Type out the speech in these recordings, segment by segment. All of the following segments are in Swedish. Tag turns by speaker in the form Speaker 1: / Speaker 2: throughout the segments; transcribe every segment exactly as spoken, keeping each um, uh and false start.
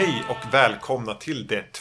Speaker 1: Hej och välkomna till det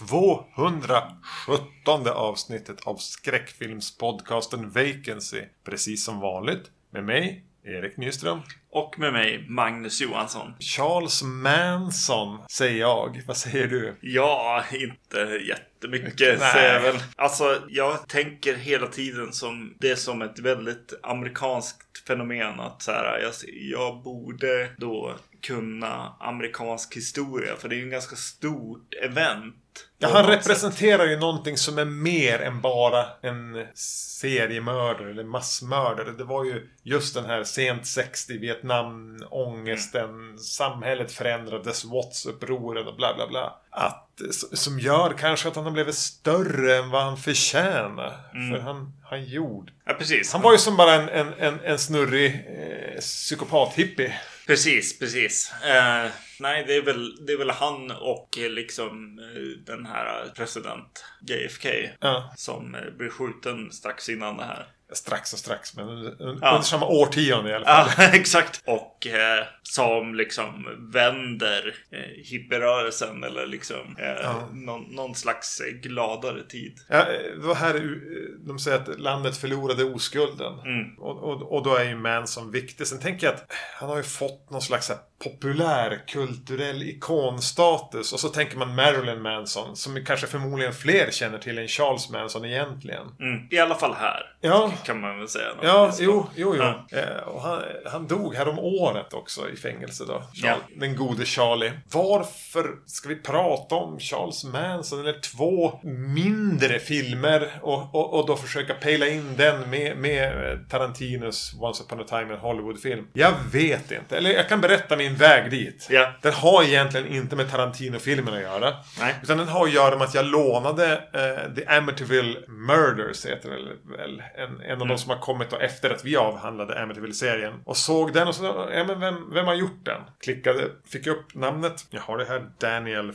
Speaker 1: tvåhundrasjuttonde avsnittet av skräckfilmspodcasten Vacancy. Precis som vanligt med mig, Erik Nyström.
Speaker 2: Och med mig, Magnus Johansson.
Speaker 1: Charles Manson, säger jag. Vad säger du?
Speaker 2: Ja, inte jättemycket, säger jag väl. Alltså, jag tänker hela tiden som det är som ett väldigt amerikanskt fenomen. Att så här, jag, jag borde då kunna amerikansk historia. För det är ju en ganska stort event.
Speaker 1: Ja, han representerar sätt. ju någonting som är mer än bara en seriemördare eller massmördare. Det var ju just den här sent sextio Vietnam-ångesten, mm. samhället förändrades, Watts-upproren och bla bla bla. Att, som gör kanske att han har blivit större än vad han förtjänar. Mm. För han, han gjorde.
Speaker 2: Ja, precis.
Speaker 1: Han var ju som bara en, en, en, en snurrig eh, psykopat-hippie.
Speaker 2: Precis, precis. Eh, nej, det är, väl, det är väl han och liksom den här president J F K
Speaker 1: ja.
Speaker 2: som blir skjuten strax innan det här.
Speaker 1: Strax och strax, men under,
Speaker 2: ja.
Speaker 1: under samma årtionde i alla fall.
Speaker 2: Ja, exakt. Och eh, som liksom vänder eh, hippierörelsen eller liksom eh, ja. någon, någon slags gladare tid.
Speaker 1: Ja, det var här de säger att landet förlorade oskulden.
Speaker 2: Mm.
Speaker 1: Och, och, och då är ju Manson viktig. Sen tänker jag att han har ju fått någon slags populär kulturell ikonstatus. Och så tänker man Marilyn Manson, som kanske förmodligen fler känner till än Charles Manson egentligen.
Speaker 2: Mm. I alla fall här.
Speaker 1: Ja.
Speaker 2: Kan man väl säga.
Speaker 1: Ja, jo, jo, jo.
Speaker 2: Ja.
Speaker 1: Eh, och han, han dog här om året också i fängelse då. Charles,
Speaker 2: ja.
Speaker 1: Den gode Charlie. Varför ska vi prata om Charles Manson eller två mindre filmer och, och, och då försöka pejla in den med, med Tarantinos Once Upon a Time in Hollywood-film? Jag vet inte. Eller jag kan berätta min väg dit.
Speaker 2: Ja.
Speaker 1: Den har egentligen inte med Tarantino-filmen att göra.
Speaker 2: Nej.
Speaker 1: Utan den har att göra med att jag lånade eh, The Amityville Murders, heter det väl. En, en av mm. de som har kommit då efter att vi avhandlade Amityville-serien. Och såg den och så, ja men vem, vem har gjort den? Klickade, fick upp namnet. Jag har det här, Daniel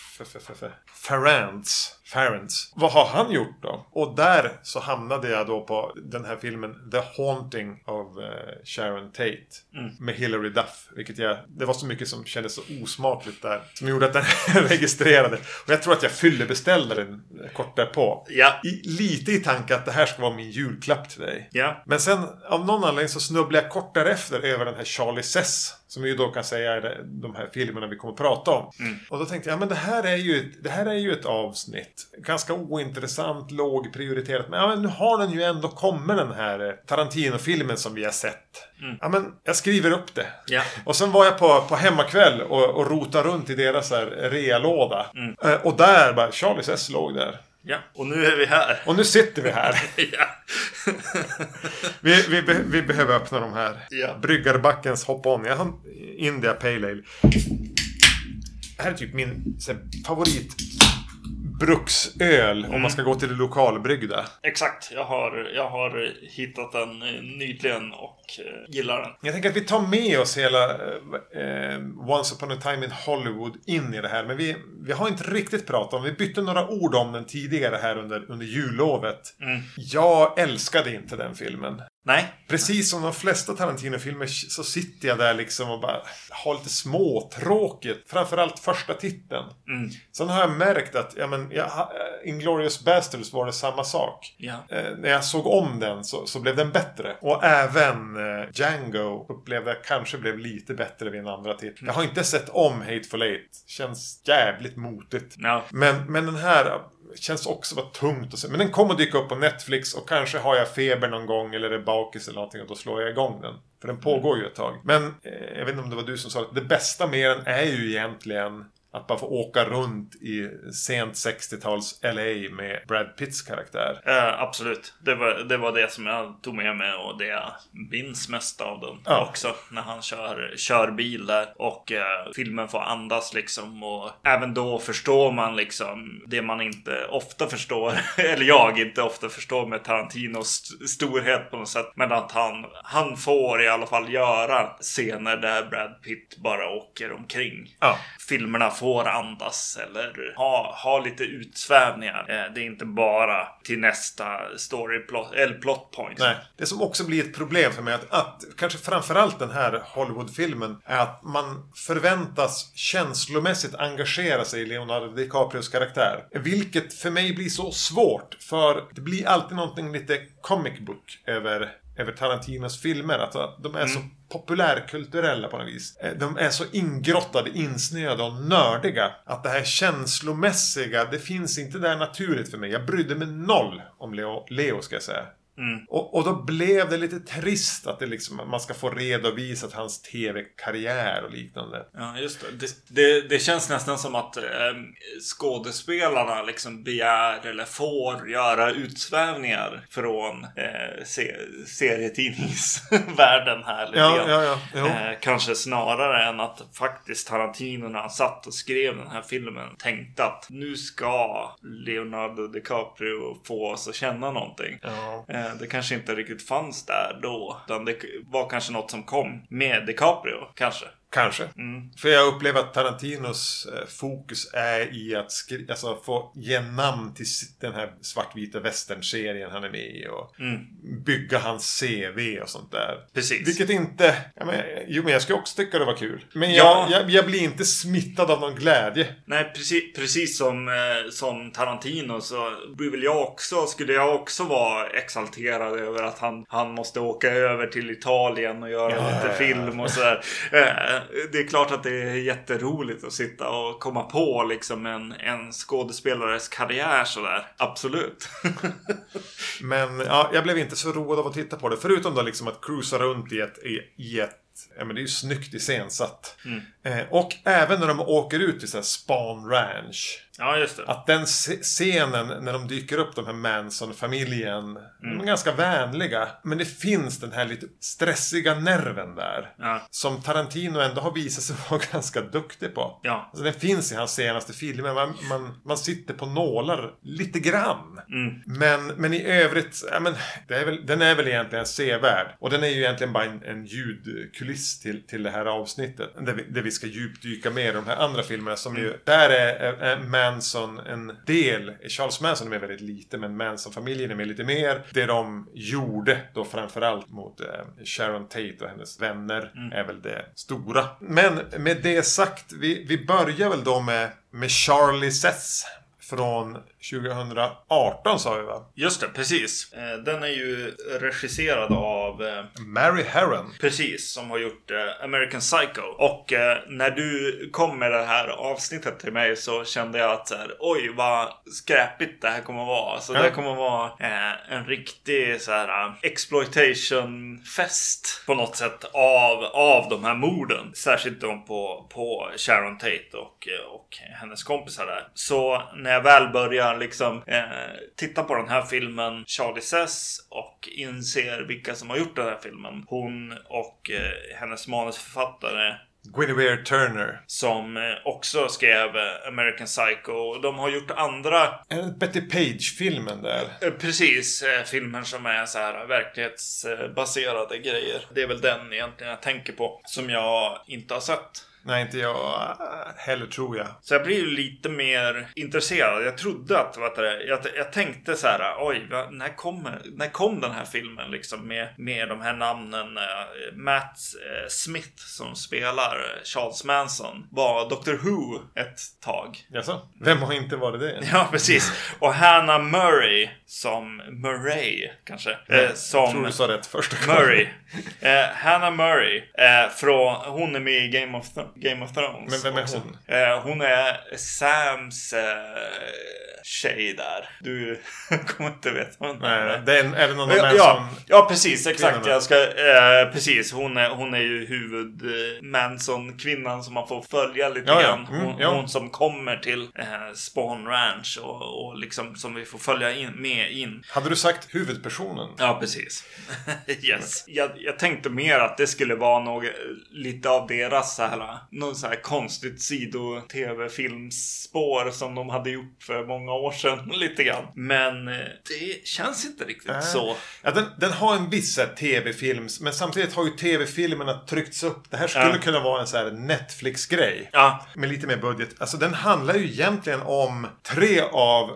Speaker 1: Farrants. Farrants. Vad har han gjort då? Och där så hamnade jag då på den här filmen The Haunting of uh, Sharon Tate
Speaker 2: mm.
Speaker 1: med Hilary Duff, vilket jag, det var så mycket som kändes så osmakligt där som gjorde att den registrerade. Och jag tror att jag fyllebeställde den kort därpå.
Speaker 2: Ja.
Speaker 1: I, lite i tanke att det här ska vara min julklapp till dig.
Speaker 2: Ja.
Speaker 1: Men sen av någon anledning så snubblade jag kort därefter över den här Charlie Sess, som vi ju då kan säga är de här filmerna vi kommer att prata om.
Speaker 2: Mm.
Speaker 1: Och då tänkte jag, ja men det här är ju, det här är ju ett avsnitt. Ganska ointressant, lågprioriterat. Men, ja, men nu har den ju ändå kommit, den här Tarantino-filmen som vi har sett.
Speaker 2: Mm.
Speaker 1: Ja men jag skriver upp det.
Speaker 2: Ja.
Speaker 1: Och sen var jag på, på hemmakväll och, och rotade runt i deras här realåda.
Speaker 2: Mm.
Speaker 1: Eh, och där bara, Charlie Sess låg där.
Speaker 2: Ja, och nu är vi här.
Speaker 1: Och nu sitter vi här.
Speaker 2: Ja.
Speaker 1: vi, vi, be, vi behöver öppna de här.
Speaker 2: Ja.
Speaker 1: Bryggarbackens hop-on. Jag har India Pale Ale. Det här är typ min så här, favorit bruksöl mm. om man ska gå till det lokalbryggda.
Speaker 2: Exakt, jag har, jag har hittat den nyligen och eh, gillar den.
Speaker 1: Jag tänker att vi tar med oss hela eh, Once Upon a Time in Hollywood in i det här. Men vi, vi har inte riktigt pratat om. Vi bytte några ord om den tidigare här under, under jullovet.
Speaker 2: Mm.
Speaker 1: Jag älskade inte den filmen.
Speaker 2: Nej.
Speaker 1: Precis som de flesta Tarantino-filmer så sitter jag där liksom och bara har lite småtråkigt. Framförallt första titeln.
Speaker 2: Mm.
Speaker 1: Sen har jag märkt att ja, men, ja, Inglourious Basterds var det samma sak.
Speaker 2: Ja.
Speaker 1: Eh, när jag såg om den så, så blev den bättre. Och även eh, Django upplevde jag kanske blev lite bättre vid en andra titel. Mm. Jag har inte sett om Hateful Eight. Känns jävligt motigt.
Speaker 2: Ja.
Speaker 1: Men, men den här känns också vara tungt att se. Men den kommer dyka upp på Netflix och kanske har jag feber någon gång eller är bakis eller någonting och då slår jag igång den. För den pågår ju ett tag. Men eh, jag vet inte om det var du som sa att det bästa med den är ju egentligen att bara få åka runt i sent sextio-tals L A med Brad Pitts karaktär.
Speaker 2: Uh, absolut. Det var, det var det som jag tog med mig och det jag minns mest av dem
Speaker 1: ja.
Speaker 2: också. När han kör, kör bil där och uh, filmen får andas liksom. Och även då förstår man liksom det man inte ofta förstår. Eller jag inte ofta förstår med Tarantinos storhet på något sätt. Men att han, han får i alla fall göra scener där Brad Pitt bara åker omkring.
Speaker 1: Ja.
Speaker 2: Filmerna får andas eller ha, ha lite utsvävningar. Eh, det är inte bara till nästa story plot, eller plot point.
Speaker 1: Nej, det som också blir ett problem för mig att, att kanske framförallt den här Hollywood-filmen är att man förväntas känslomässigt engagera sig i Leonardo DiCaprios karaktär. Vilket för mig blir så svårt, för det blir alltid någonting lite comic book över, över Tarantinos filmer. Alltså, de är mm. så populärkulturella på något vis. De är så ingrottade, insnöade och nördiga att det här känslomässiga, det finns inte där naturligt för mig. Jag brydde mig noll om Leo, Leo ska jag säga. Mm. Och, och då blev det lite trist att det liksom, man ska få redovisat hans tv-karriär och liknande.
Speaker 2: Ja, just det. Det, det, det känns nästan som att eh, skådespelarna liksom begär eller får göra utsvävningar från eh, se, serietidningsvärlden här lite
Speaker 1: ja, ja, ja,
Speaker 2: eh, kanske snarare än att faktiskt Tarantino när han satt och skrev den här filmen tänkte att nu ska Leonardo DiCaprio få oss att känna någonting. Ja. Eh, Det kanske inte riktigt fanns där då. Utan det var kanske något som kom med DiCaprio, kanske.
Speaker 1: Kanske. Mm. För jag upplever att Tarantinos eh, fokus är i att skri- alltså, få ge namn till den här svartvita western-serien han är med i. Och mm. bygga hans C V och sånt där.
Speaker 2: Precis.
Speaker 1: Vilket inte... Ja, men, jo, men jag ska också tycka det var kul. Men jag, ja. jag, jag blir inte smittad av någon glädje.
Speaker 2: Nej, precis, precis som, eh, som Tarantino så blir väl jag också, skulle jag också vara exalterad över att han, han måste åka över till Italien och göra ja, lite ja, film och sådär. Eh, det är klart att det är jätteroligt att sitta och komma på liksom en, en skådespelares karriär sådär. Absolut.
Speaker 1: Men ja, jag blev inte så road av att titta på det. Förutom då liksom att cruisa runt i ett, i, i ett ja, men det är ju snyggt iscensatt. Mm. Eh, och även när de åker ut till så här Spahn Ranch.
Speaker 2: Ja, just det.
Speaker 1: Att den scenen när de dyker upp, de här Manson-familjen, mm. de är ganska vänliga. Men det finns den här lite stressiga nerven där. Ja. Som Tarantino ändå har visat sig vara ganska duktig på. Ja. Alltså, den finns i hans senaste filmer. Man, man, man sitter på nålar lite grann. Mm. Men, men i övrigt, ja, men, det är väl, den är väl egentligen sevärd. Och den är ju egentligen bara en, en ljudkuliss till, till det här avsnittet. Där vi, där vi ska djupdyka mer i de här andra filmerna. Som mm. ju, där är, är, är Manson en del. Charles Manson är med väldigt lite, men Manson-familjen är med lite mer. Det de gjorde då framförallt mot eh, Sharon Tate och hennes vänner mm. är väl det stora. Men med det sagt, vi, vi börjar väl då med, med Charlie Says från tjugohundraarton sa vi, va?
Speaker 2: Just det, precis. Den är ju regisserad av
Speaker 1: Mary Harron.
Speaker 2: Precis, som har gjort American Psycho. Och när du kom med det här avsnittet till mig så kände jag att så här, oj vad skräpigt det här kommer att vara. Så ja. Det kommer att vara en riktig så här exploitation-fest på något sätt av, av de här morden. Särskilt då på, på Sharon Tate och, och hennes kompisar där. Så när jag väl börjar liksom eh, titta på den här filmen Charlie Says och inser vilka som har gjort den här filmen. Hon och eh, hennes manusförfattare
Speaker 1: Guinevere Turner,
Speaker 2: som eh, också skrev American Psycho. De har gjort andra
Speaker 1: en Betty Page-filmen där.
Speaker 2: eh, Precis, eh, filmer som är så här verklighetsbaserade grejer. Det är väl den egentligen jag tänker på, som jag inte har sett.
Speaker 1: Nej, inte jag heller, tror jag.
Speaker 2: Så jag blir ju lite mer intresserad. Jag trodde att, vet du, jag, jag tänkte så här, oj, när kom, när kom den här filmen liksom med, med de här namnen? Matt Smith som spelar Charles Manson var Doctor Who ett tag.
Speaker 1: Jaså? Vem har inte varit det?
Speaker 2: Ja, precis. Och Hannah Murray som Murray, kanske.
Speaker 1: Nej,
Speaker 2: eh, som
Speaker 1: jag tror du sa rätt första gången.
Speaker 2: Murray. Eh, Hannah Murray. Eh, från, hon är med i Game of Thrones. Game of Thrones.
Speaker 1: Men vem är
Speaker 2: också.
Speaker 1: hon?
Speaker 2: Eh, hon är Sams eh, tjej där. Du kommer inte veta hon.
Speaker 1: Nej, det är, är det någon
Speaker 2: ja,
Speaker 1: av
Speaker 2: ja,
Speaker 1: som...
Speaker 2: ja, precis, exakt. Jag ska, eh, precis, hon är, hon är ju huvud eh, Manson-kvinnan som man får följa lite
Speaker 1: ja,
Speaker 2: grann.
Speaker 1: ja. Mm,
Speaker 2: hon,
Speaker 1: ja.
Speaker 2: hon som kommer till eh, Spahn Ranch och, och liksom som vi får följa in, med in.
Speaker 1: Hade du sagt huvudpersonen?
Speaker 2: Ja, precis. Yes. Jag, jag tänkte mer att det skulle vara något, lite av deras så här, någon så här konstigt sido-tv-filmspår som de hade gjort för många många år sedan lite grann. Men eh, det känns inte riktigt äh. så.
Speaker 1: Ja, den, den har en viss tv-films, men samtidigt har ju tv-filmerna tryckts upp. Det här skulle ja. kunna vara en så här Netflix-grej.
Speaker 2: Ja.
Speaker 1: Med lite mer budget. Alltså den handlar ju egentligen om tre av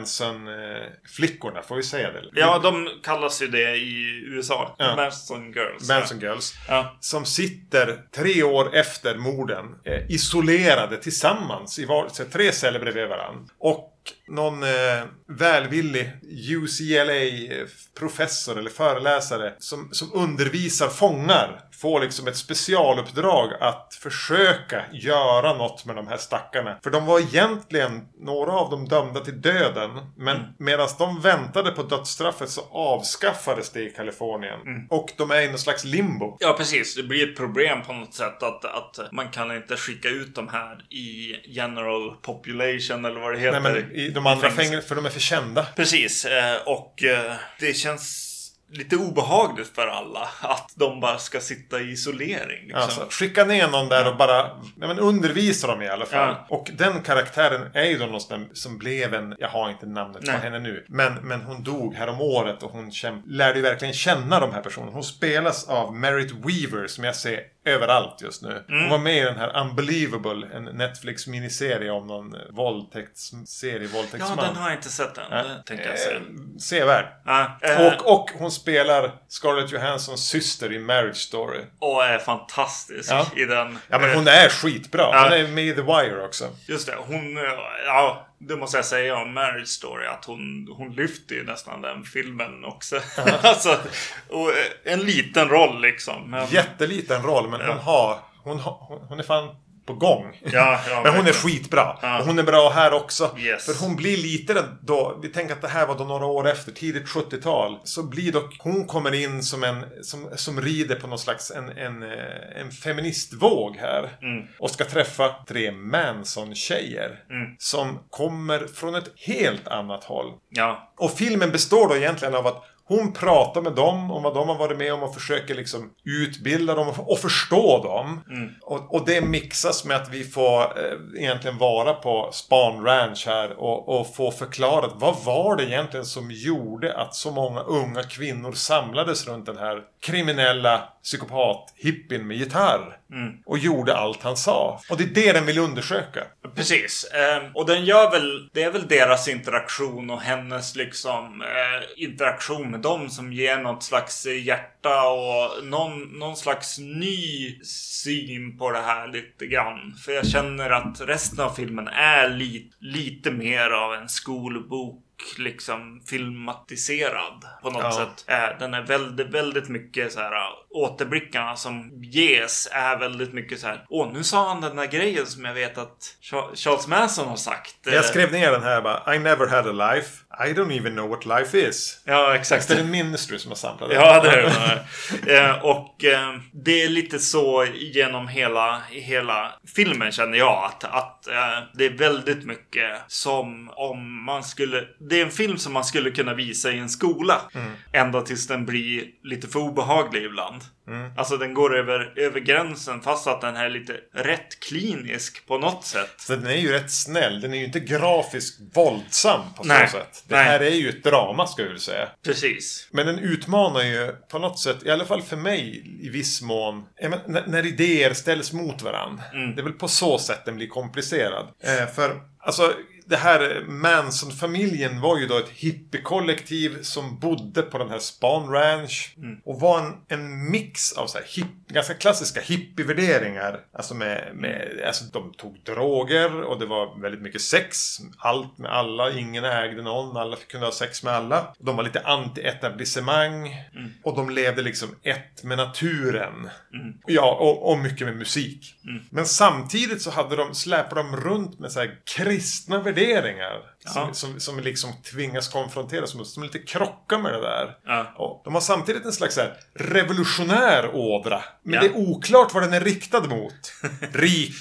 Speaker 1: Manson-flickorna, får vi säga det?
Speaker 2: Ja, de kallas ju det i U S A. Ja. Manson Girls.
Speaker 1: Manson
Speaker 2: ja.
Speaker 1: Girls.
Speaker 2: Ja.
Speaker 1: Som sitter tre år efter morden eh, isolerade tillsammans i var, så tre celler bredvid varandra. Och någon eh, välvillig U C L A-professor eller föreläsare som, som undervisar fångar får liksom ett specialuppdrag att försöka göra något med de här stackarna. För de var egentligen, några av dem dömda till döden. Men mm. medan de väntade på dödsstraffet så avskaffades det i Kalifornien. Mm. Och de är i någon slags limbo.
Speaker 2: Ja, precis. Det blir ett problem på något sätt att, att man kan inte skicka ut de här i general population eller vad det heter.
Speaker 1: Nej, men i de andra fängelser, för de är för kända.
Speaker 2: Precis. Och det känns lite obehagligt för alla att de bara ska sitta i isolering. Liksom.
Speaker 1: Alltså, skicka ner någon där och bara nej, men undervisa dem i alla fall.
Speaker 2: Ja.
Speaker 1: Och den karaktären är ju då någon som blev en, jag har inte namnet nej. på henne nu, men, men hon dog här om året och hon käm, lärde ju verkligen känna de här personerna. Hon spelas av Merritt Weaver som jag ser överallt just nu. Mm. Hon var med i den här Unbelievable, en Netflix-miniserie om någon våldtäktsserie, våldtäktsman.
Speaker 2: Ja, den har jag inte sett än. Ja. Det tänkte jag säga.
Speaker 1: Eh, sevärd.
Speaker 2: Ja.
Speaker 1: Och, och hon spelar Scarlett Johanssons syster i Marriage Story.
Speaker 2: Och är fantastisk ja. i den.
Speaker 1: Ja, men hon är skitbra. Hon ja. är med i The Wire också.
Speaker 2: Just det, hon, ja, det måste jag säga om Marriage Story, att hon, hon lyfter ju nästan den filmen också. Uh-huh. Alltså, och en liten roll liksom. Men...
Speaker 1: Jätteliten roll, men ja. hon har, hon har, hon är fan på gång.
Speaker 2: Ja, ja,
Speaker 1: men hon är skitbra.
Speaker 2: Ja.
Speaker 1: Och hon är bra här också.
Speaker 2: Yes.
Speaker 1: För hon blir lite då, vi tänker att det här var då några år efter, tidigt sjuttiotal. Så blir dock, hon kommer in som en, som, som rider på någon slags en, en, en feministvåg här.
Speaker 2: Mm.
Speaker 1: Och ska träffa tre Manson-tjejer.
Speaker 2: Mm.
Speaker 1: Som kommer från ett helt annat håll.
Speaker 2: Ja.
Speaker 1: Och filmen består då egentligen av att hon pratar med dem om vad de har varit med om och försöker liksom utbilda dem och förstå dem.
Speaker 2: Mm.
Speaker 1: Och, och det mixas med att vi får eh, egentligen vara på Spahn Ranch här och, och få förklarat vad var det egentligen som gjorde att så många unga kvinnor samlades runt den här kriminella psykopat-hippin med gitarr.
Speaker 2: Mm.
Speaker 1: Och gjorde allt han sa. Och det är det den vill undersöka.
Speaker 2: Precis. Eh, och den gör väl, det är väl deras interaktion och hennes liksom eh, interaktion med dem som ger något slags hjärta och någon, någon slags ny syn på det här lite grann. För jag känner att resten av filmen är li, lite mer av en skolbok liksom filmatiserad på något
Speaker 1: ja.
Speaker 2: sätt. Eh, den är väldigt, väldigt mycket så här, återblickarna som ges är väldigt mycket så här, åh, nu sa han den där grejen som jag vet att Charles Manson har sagt.
Speaker 1: Jag skrev ner den här bara, I never had a life. I don't even know what life is.
Speaker 2: Ja, exakt.
Speaker 1: Det är en ministry som har samlat det.
Speaker 2: Ja, det är det. eh, och eh, det är lite så genom hela, hela filmen känner jag att, att eh, det är väldigt mycket som om man skulle, det är en film som man skulle kunna visa i en skola. Mm. Ända tills den blir lite för obehaglig ibland. Mm. Alltså den går över, över gränsen fast att den är lite rätt klinisk på något sätt.
Speaker 1: Så den är ju rätt snäll. Den är ju inte grafiskt våldsam på
Speaker 2: Nej.
Speaker 1: så sätt. Det
Speaker 2: Nej.
Speaker 1: här är ju ett drama ska jag säga.
Speaker 2: Precis.
Speaker 1: Men den utmanar ju på något sätt, i alla fall för mig i viss mån, när, när idéer ställs mot varandra. Mm. Det är väl på så sätt den blir komplicerad. Eh, för alltså det här Manson-familjen var ju då ett hippiekollektiv som bodde på den här Spahn Ranch. Mm. Och var en, en mix av så här hip, ganska klassiska hippievärderingar. Alltså med, med alltså de tog droger och det var väldigt mycket sex. Allt med alla, ingen ägde någon. Alla kunde ha sex med alla. De var lite anti-etablissemang. Mm. Och de levde liksom ett med naturen. Mm. Ja, och, och mycket med musik. Mm. Men samtidigt så hade de, släpade de runt med så här kristna värderingar. Värderingar som, som, som liksom tvingas konfronteras med, som lite krockar med det där.
Speaker 2: Ja.
Speaker 1: Och de har samtidigt en slags så här revolutionär ådra. Men
Speaker 2: ja.
Speaker 1: det är oklart vad den är riktad mot. Rika,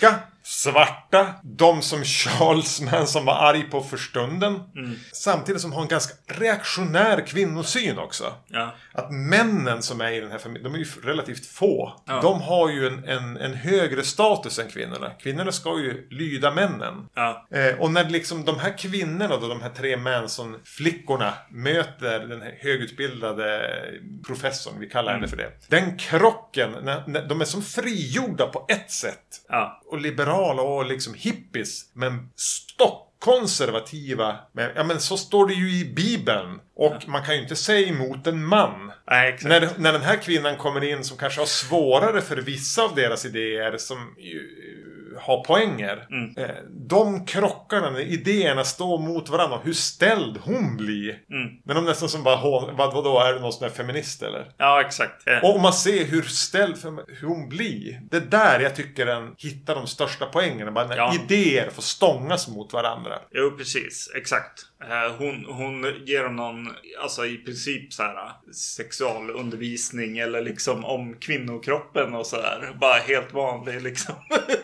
Speaker 1: svarta. De som Charles Manson var arg på för stunden.
Speaker 2: Mm.
Speaker 1: Samtidigt som har en ganska reaktionär kvinnosyn också.
Speaker 2: Ja.
Speaker 1: Att männen som är i den här familjen, de är ju relativt få.
Speaker 2: Ja.
Speaker 1: De har ju en, en, en högre status än kvinnorna. Kvinnorna ska ju lyda männen.
Speaker 2: Ja.
Speaker 1: Eh, och när liksom de här kvinnorna då, de här tre Manson-flickorna möter den här högutbildade professorn, vi kallar henne
Speaker 2: Mm.
Speaker 1: för det. Den krocken, när, när de är som frigjorda på ett sätt.
Speaker 2: Ja.
Speaker 1: Och liberala och liksom hippies. Men stopp. Konservativa. Men, ja, men så står det ju i Bibeln. Och ja. Man kan ju inte säga emot en man.
Speaker 2: Nej, exakt.
Speaker 1: När, när den här kvinnan kommer in som kanske har svårare för vissa av deras idéer som ju, har poänger.
Speaker 2: Mm.
Speaker 1: Eh, de krockarna, när idéerna står mot varandra. Hur ställd hon blir.
Speaker 2: Mm.
Speaker 1: Men de nästan som bara, vad, vad då är det någon sån här feminist eller?
Speaker 2: Ja, exakt. Ja.
Speaker 1: Och om man ser hur ställd för, hur hon blir. Det är där jag tycker den hittar de största poängerna. Bara när
Speaker 2: Ja.
Speaker 1: idéer får stångas mot varandra.
Speaker 2: Jo, precis. Exakt. Hon, hon ger dem någon, alltså i princip så här sexualundervisning eller liksom om kvinnokroppen och så där. Bara helt vanlig liksom.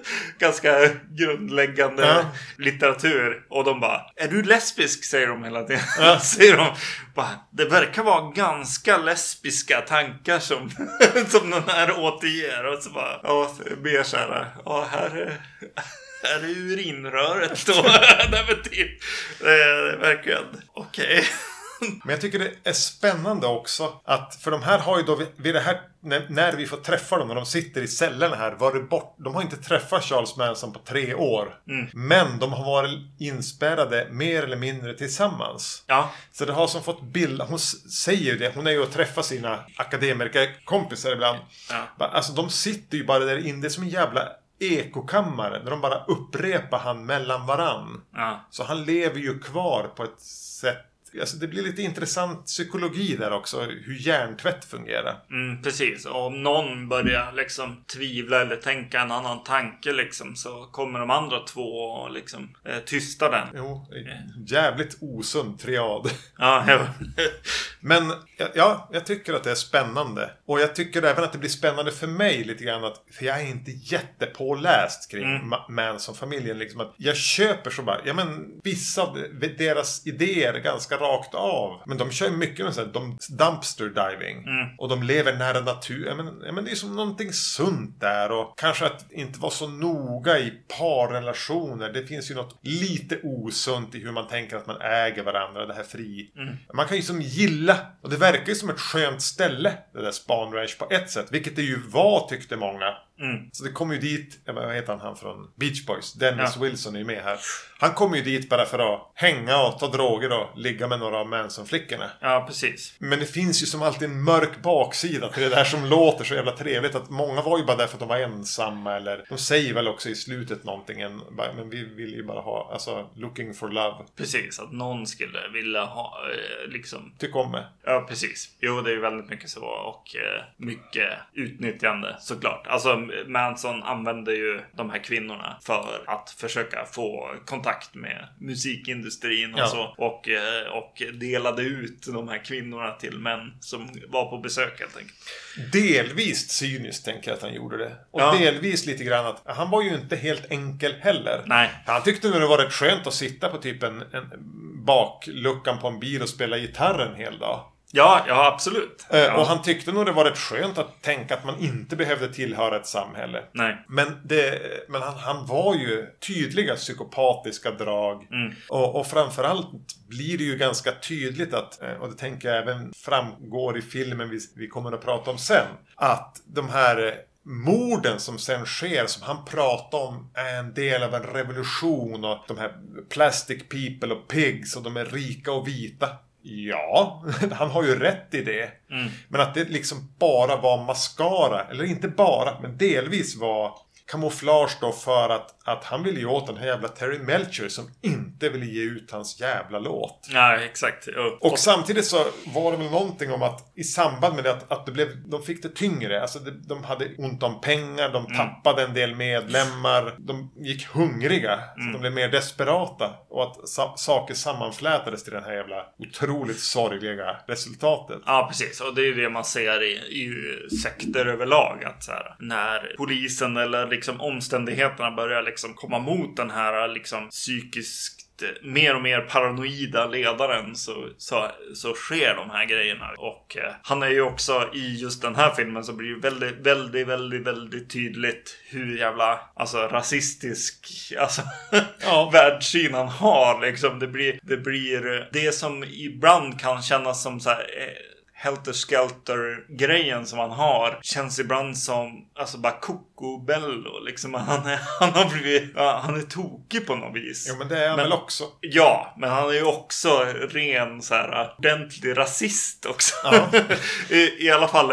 Speaker 2: Ganska grundläggande
Speaker 1: ja.
Speaker 2: litteratur. Och de bara, är du lesbisk? Säger de hela tiden.
Speaker 1: Ja.
Speaker 2: Säger de bara, det verkar vara ganska lesbiska tankar som, som den här återger. Och så bara, ja, ber så här, ja, här är... Är det urinröret då? Nej, men typ. Det verkligen. Okej. Okay.
Speaker 1: Men jag tycker det är spännande också att, för de här har ju då vid, vid det här, när, när vi får träffa dem, när de sitter i cellerna här, varit bort, de har inte träffat Charles Manson på tre år.
Speaker 2: Mm.
Speaker 1: Men de har varit inspärrade mer eller mindre tillsammans.
Speaker 2: Ja.
Speaker 1: Så det har som fått bild, hon säger ju det, hon är ju att träffa sina akademikerkompisar ibland.
Speaker 2: Ja.
Speaker 1: Alltså de sitter ju bara där inne, det är som en jävla ekokammare, där de bara upprepar han mellan varann.
Speaker 2: Ja.
Speaker 1: Så han lever ju kvar på ett sätt. Alltså det blir lite intressant psykologi där också, hur hjärntvätt fungerar.
Speaker 2: Mm, precis. Och om någon börjar liksom tvivla eller tänka en annan tanke liksom, så kommer de andra två och liksom eh, tysta den.
Speaker 1: Jo, jävligt osund triad.
Speaker 2: Ja, ja.
Speaker 1: Men ja, jag tycker att det är spännande. Och jag tycker även att det blir spännande för mig lite grann att, för jag är inte jättepåläst kring mm. Manson-familjen liksom, att jag köper så bara, ja men vissa av deras idéer är ganska rakt av. Men de kör mycket med så här, de dumpster diving.
Speaker 2: Mm.
Speaker 1: Och de lever nära natur. Ja, men, ja, men det är som någonting sunt där. Och kanske att inte vara så noga i parrelationer. Det finns ju något lite osunt i hur man tänker att man äger varandra. Det här fri. Mm. Man kan ju som gilla. Och det verkar ju som ett skönt ställe. Det där Spahn Ranch på ett sätt. Vilket det ju var, tyckte många.
Speaker 2: Mm.
Speaker 1: Så det kom ju dit, vad heter han, han från Beach Boys, Dennis
Speaker 2: ja.
Speaker 1: Wilson är ju med här. Han kom ju dit bara för att hänga och ta droger och ligga med några av Manson-flickorna.
Speaker 2: Ja, precis.
Speaker 1: Men det finns ju som alltid en mörk baksida till det där som låter så jävla trevligt. Att många var ju bara där för att de var ensamma. Eller de säger väl också i slutet någonting. En, men vi vill ju bara ha, alltså, looking for love.
Speaker 2: Precis, att någon skulle vilja ha, liksom...
Speaker 1: Tyck om mig.
Speaker 2: Ja, precis. Jo, det är ju väldigt mycket så. Och eh, mycket utnyttjande, såklart. Alltså, Manson använder ju de här kvinnorna för att försöka få kontakt med musikindustrin och ja. så. Och, och delade ut de här kvinnorna till män som var på besök, helt enkelt.
Speaker 1: Delvis cyniskt tänker jag att han gjorde det. Och
Speaker 2: ja.
Speaker 1: delvis lite grann att han var ju inte helt enkel heller.
Speaker 2: Nej.
Speaker 1: Han tyckte nog det var rätt skönt att sitta på typ en, en bakluckan på en bil och spela gitarr en hel dag.
Speaker 2: Ja, ja absolut.
Speaker 1: Eh,
Speaker 2: ja.
Speaker 1: Och han tyckte nog det var rätt skönt att tänka att man inte behövde tillhöra ett samhälle.
Speaker 2: Nej.
Speaker 1: Men, det, men han, han var ju tydliga psykopatiska drag.
Speaker 2: Mm.
Speaker 1: Och, och framförallt blir det ju ganska tydligt att, och det tänker jag även framgår i filmen vi, vi kommer att prata om sen, att de här morden som sen sker, som han pratar om, är en del av en revolution. Och de här plastic people och pigs, och de är rika och vita. Ja, han har ju rätt i det. Mm. Men att det liksom bara var mascara, eller inte bara, men delvis var kamouflage då för att, att han ville ju åt den här jävla Terry Melcher som inte ville ge ut hans jävla låt.
Speaker 2: Ja, exakt. Och,
Speaker 1: och samtidigt så var det väl någonting om att i samband med det att, att det blev, de fick det tyngre. Alltså det, de hade ont om pengar, de tappade en del medlemmar, de gick hungriga, så mm. de blev mer desperata. Och att sa, saker sammanflätades till den här jävla otroligt sorgliga resultatet.
Speaker 2: Ja, precis. Och det är det man ser i, i sekter överlag. Att så här, när polisen eller liksom omständigheterna börjar liksom komma mot den här liksom psykisk mer och mer paranoida ledaren så, så, så sker de här grejerna. Och eh, han är ju också i just den här filmen så blir det väldigt, väldigt, väldigt, väldigt tydligt hur jävla alltså rasistisk alltså ja. världssyn han har liksom. Det blir, det blir det som ibland kan kännas som så här eh, helter-skelter-grejen som han har känns ibland som alltså bara Cocobello liksom. Han är, han har blivit ja, han är tokig på något vis.
Speaker 1: Jo, men det är han
Speaker 2: men,
Speaker 1: väl också.
Speaker 2: Ja, men han är ju också ren så här ordentlig rasist också.
Speaker 1: Ja.
Speaker 2: I, I alla fall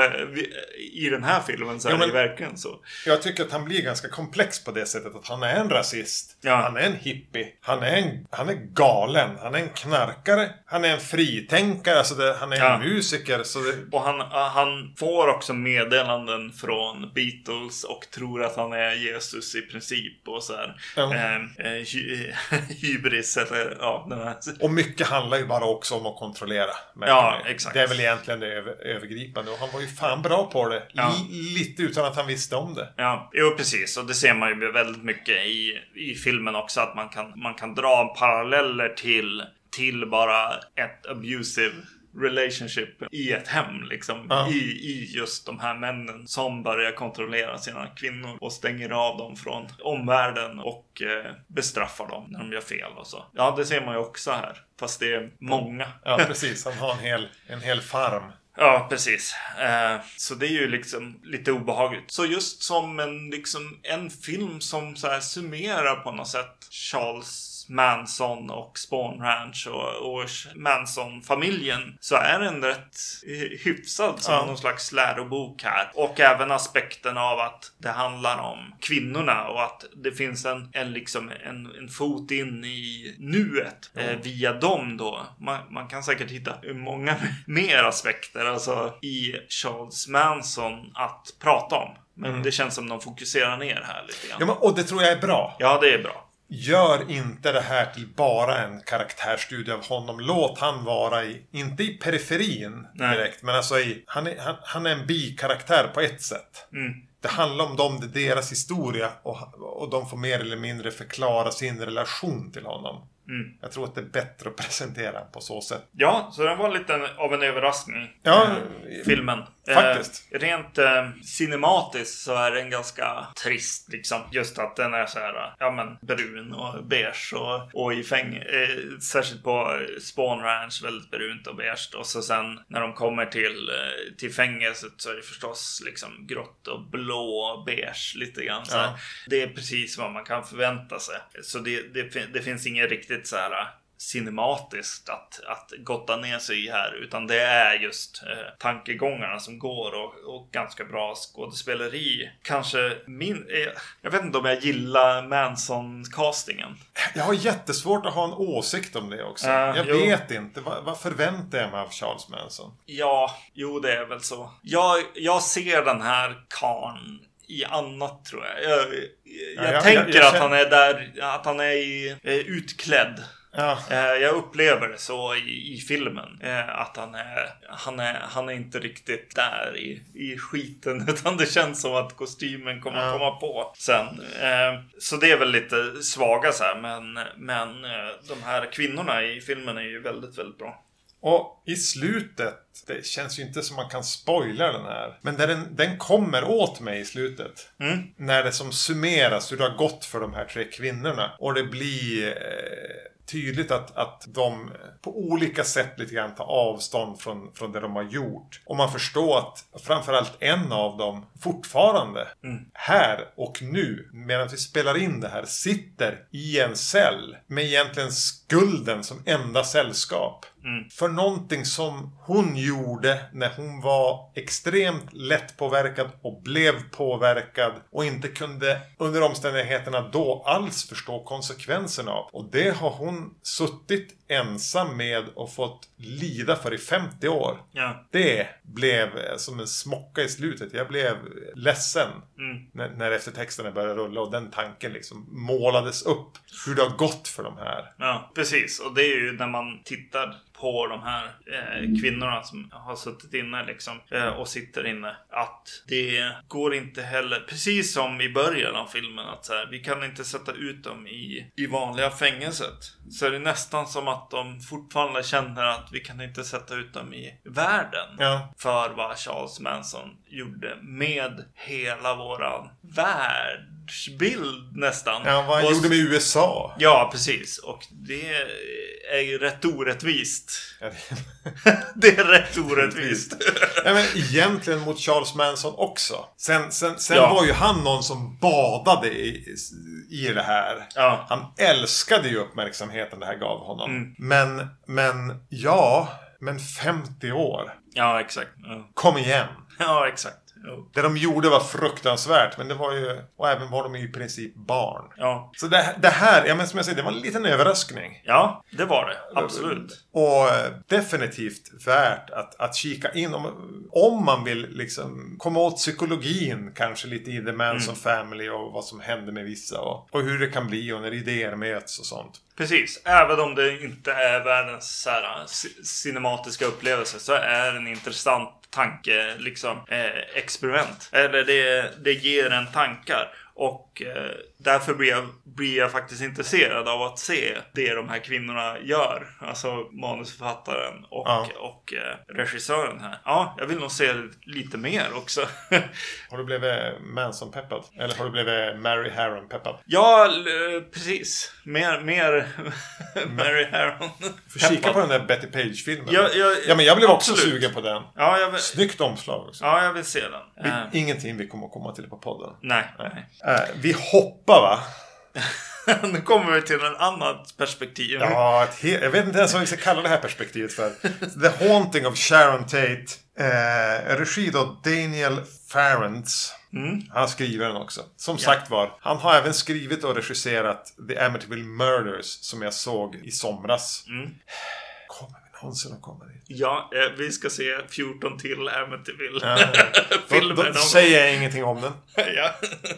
Speaker 2: i den här filmen så är jo, men, det verkligen så.
Speaker 1: Jag tycker att han blir ganska komplex på det sättet att han är en rasist.
Speaker 2: Ja.
Speaker 1: Han är en hippie. Han är, en, han är galen. Han är en knarkare. Han är en fritänkare. Alltså det, han är ja. en musiker. Så det...
Speaker 2: Och han, han får också meddelanden från Beatles och tror att han är Jesus i princip och så här. Ja. Eh, hy, hybris eller ja, den här.
Speaker 1: Och mycket handlar ju bara också om att kontrollera.
Speaker 2: Ja, exakt.
Speaker 1: Det är väl egentligen det över, övergripande. Och han var ju fan bra på det. Ja. L- lite utan att han visste om det.
Speaker 2: Ja, jo precis. Och det ser man ju väldigt mycket i, i filmen också. Att man kan, man kan dra paralleller till, till bara ett abusive relationship i ett hem liksom. Ja. I, i just de här männen som börjar kontrollera sina kvinnor och stänger av dem från omvärlden och eh, bestraffar dem när de gör fel och så. Ja, det ser man ju också här. Fast det är många.
Speaker 1: Ja, precis. Han har en hel, en hel farm.
Speaker 2: Ja, precis. Eh, så det är ju liksom lite obehagligt. Så just som en, liksom, en film som så här summerar på något sätt Charles Manson och Spawn Ranch och, och Manson-familjen, så är den rätt hyfsad som ja. någon slags lärobok här. Och även aspekten av att det handlar om kvinnorna och att det finns en, en, liksom, en, en fot in i nuet mm. eh, via dem då. Man, man kan säkert hitta många mer aspekter alltså, i Charles Manson att prata om. Men mm. det känns som de fokuserar ner här lite grann.
Speaker 1: Ja, men, och det tror jag är bra.
Speaker 2: Ja, det är bra.
Speaker 1: Gör inte det här till bara en karaktärstudie av honom. Låt han vara i, inte i periferin Nej. direkt, men alltså i, han, är, han, han är en bikaraktär på ett sätt.
Speaker 2: Mm.
Speaker 1: Det handlar om dem, det är deras historia och, och de får mer eller mindre förklara sin relation till honom.
Speaker 2: Mm.
Speaker 1: Jag tror att det är bättre att presentera på så sätt.
Speaker 2: Ja, så den var lite av en överraskning.
Speaker 1: Ja,
Speaker 2: eh, filmen.
Speaker 1: Faktiskt.
Speaker 2: Eh, rent eh, cinematiskt så är den ganska trist liksom. Just att den är så här, ja men brun och beige och, och i fäng eh, särskilt på Spawn Ranch väldigt brunt och beige. Och så sen när de kommer till eh, till fängelset så är det förstås liksom grått och blå och beige lite grann. Så ja. Det är precis vad man kan förvänta sig. Så det, det, det finns inget riktigt så här cinematiskt att, att gotta ner sig i här, utan det är just eh, tankegångarna som går och, och ganska bra skådespeleri. Kanske min, eh, jag vet inte om jag gillar Manson-castingen.
Speaker 1: Jag har jättesvårt att ha en åsikt om det också. Uh, jag jo. vet inte, vad, vad förväntar jag mig av Charles Manson?
Speaker 2: Ja, jo det är väl så. Jag, jag ser den här karn i annat tror jag. Jag, jag, jag, jag tänker jag, jag, jag att han är där, att han är i, är utklädd.
Speaker 1: Ja.
Speaker 2: Jag upplever det så i, i filmen att han är, han, är, han är inte riktigt där i, i skiten, utan det känns som att kostymen kommer ja. komma på sen. Så det är väl lite svaga så här, men, men de här kvinnorna i filmen är ju väldigt, väldigt bra.
Speaker 1: Och i slutet, det känns ju inte som man kan spoila den här. Men den, den kommer åt mig i slutet.
Speaker 2: Mm.
Speaker 1: När det som summeras hur det har gått för de här tre kvinnorna. Och det blir eh, tydligt att, att de på olika sätt lite grann tar avstånd från, från det de har gjort. Och man förstår att framförallt en av dem fortfarande
Speaker 2: mm.
Speaker 1: här och nu, medan vi spelar in det här, sitter i en cell med egentligen skulden som enda sällskap.
Speaker 2: Mm.
Speaker 1: För någonting som hon gjorde när hon var extremt lättpåverkad och blev påverkad och inte kunde under omständigheterna då alls förstå konsekvenserna av. Och det har hon suttit ensam med och fått lida för i femtio år.
Speaker 2: Ja.
Speaker 1: Det blev som en smocka i slutet. Jag blev ledsen
Speaker 2: mm.
Speaker 1: när, när eftertexterna började rulla och den tanken liksom målades upp. Hur det har gått för de här.
Speaker 2: Ja, precis. Och det är ju när man tittar på de här eh, kvinnorna som har suttit inne liksom, eh, och sitter inne. Att det går inte heller, precis som i början av filmen, att så här, vi kan inte sätta ut dem i, i vanliga fängelset. Så är det nästan som att de fortfarande känner att vi kan inte sätta ut dem i världen.
Speaker 1: Ja.
Speaker 2: För vad Charles Manson gjorde med hela våran världsbild nästan.
Speaker 1: Ja, vad han
Speaker 2: och,
Speaker 1: gjorde med U S A.
Speaker 2: Ja, precis. Och det är ju rätt orättvist.
Speaker 1: Ja, det...
Speaker 2: det är rätt orättvist.
Speaker 1: Ja, men egentligen mot Charles Manson också. Sen, sen, sen
Speaker 2: ja.
Speaker 1: var ju han någon som badade i, i det här.
Speaker 2: Ja.
Speaker 1: Han älskade ju uppmärksamheten det här gav honom.
Speaker 2: Mm.
Speaker 1: Men, men ja, men femtio år.
Speaker 2: Ja, exakt. Ja.
Speaker 1: Kom igen.
Speaker 2: Ja, exakt. Jo.
Speaker 1: Det de gjorde var fruktansvärt, men det var ju, och även var de i princip barn.
Speaker 2: Ja.
Speaker 1: Så det, det här, ja, men som jag säger, det var en liten överraskning.
Speaker 2: Ja, det var det. Absolut.
Speaker 1: Och definitivt värt att, att kika in om, om man vill liksom komma åt psykologin kanske lite i The Manson mm. Family och vad som händer med vissa och, och hur det kan bli och när idéer möts och sånt.
Speaker 2: Precis, även om det inte är världens så här, cinematiska upplevelse så är det en intressant tanke liksom eh, experiment. Eller det, det ger en tankar. Och eh, därför blir jag, blir jag faktiskt intresserad av att se det de här kvinnorna gör. Alltså manusförfattaren och,
Speaker 1: ja.
Speaker 2: och eh, regissören här. Ja, jag vill nog se lite mer också.
Speaker 1: Har du blivit Manson-peppad? Eller har du blivit Mary Harron-peppad?
Speaker 2: Ja, l- precis. Mer, mer Mary Harron.
Speaker 1: Får kika på den där Betty Page-filmen.
Speaker 2: Ja, ja,
Speaker 1: ja, men jag blev
Speaker 2: absolut.
Speaker 1: också sugen på den.
Speaker 2: Ja, jag vill...
Speaker 1: Snyggt omslag också.
Speaker 2: Ja, jag vill se den.
Speaker 1: Vi,
Speaker 2: uh...
Speaker 1: Ingenting vi kommer att komma till på podden.
Speaker 2: Nej.
Speaker 1: Nej. Uh, vi hoppar, va?
Speaker 2: Nu kommer vi till en annat perspektiv.
Speaker 1: Ja, ett he- jag vet inte ens vad vi ska kalla det här perspektivet för. The Haunting of Sharon Tate. Eh, regi då Daniel Farrants.
Speaker 2: Mm.
Speaker 1: Han skriver den också. Som
Speaker 2: ja. sagt
Speaker 1: var. Han har även skrivit och regisserat The Amityville Murders som jag såg i somras.
Speaker 2: Mm.
Speaker 1: Kommer vi någonsin att komma dit?
Speaker 2: Ja, eh, vi ska se fjorton till Amityville.
Speaker 1: Ja, då, då säger jag ingenting om den.
Speaker 2: Ja.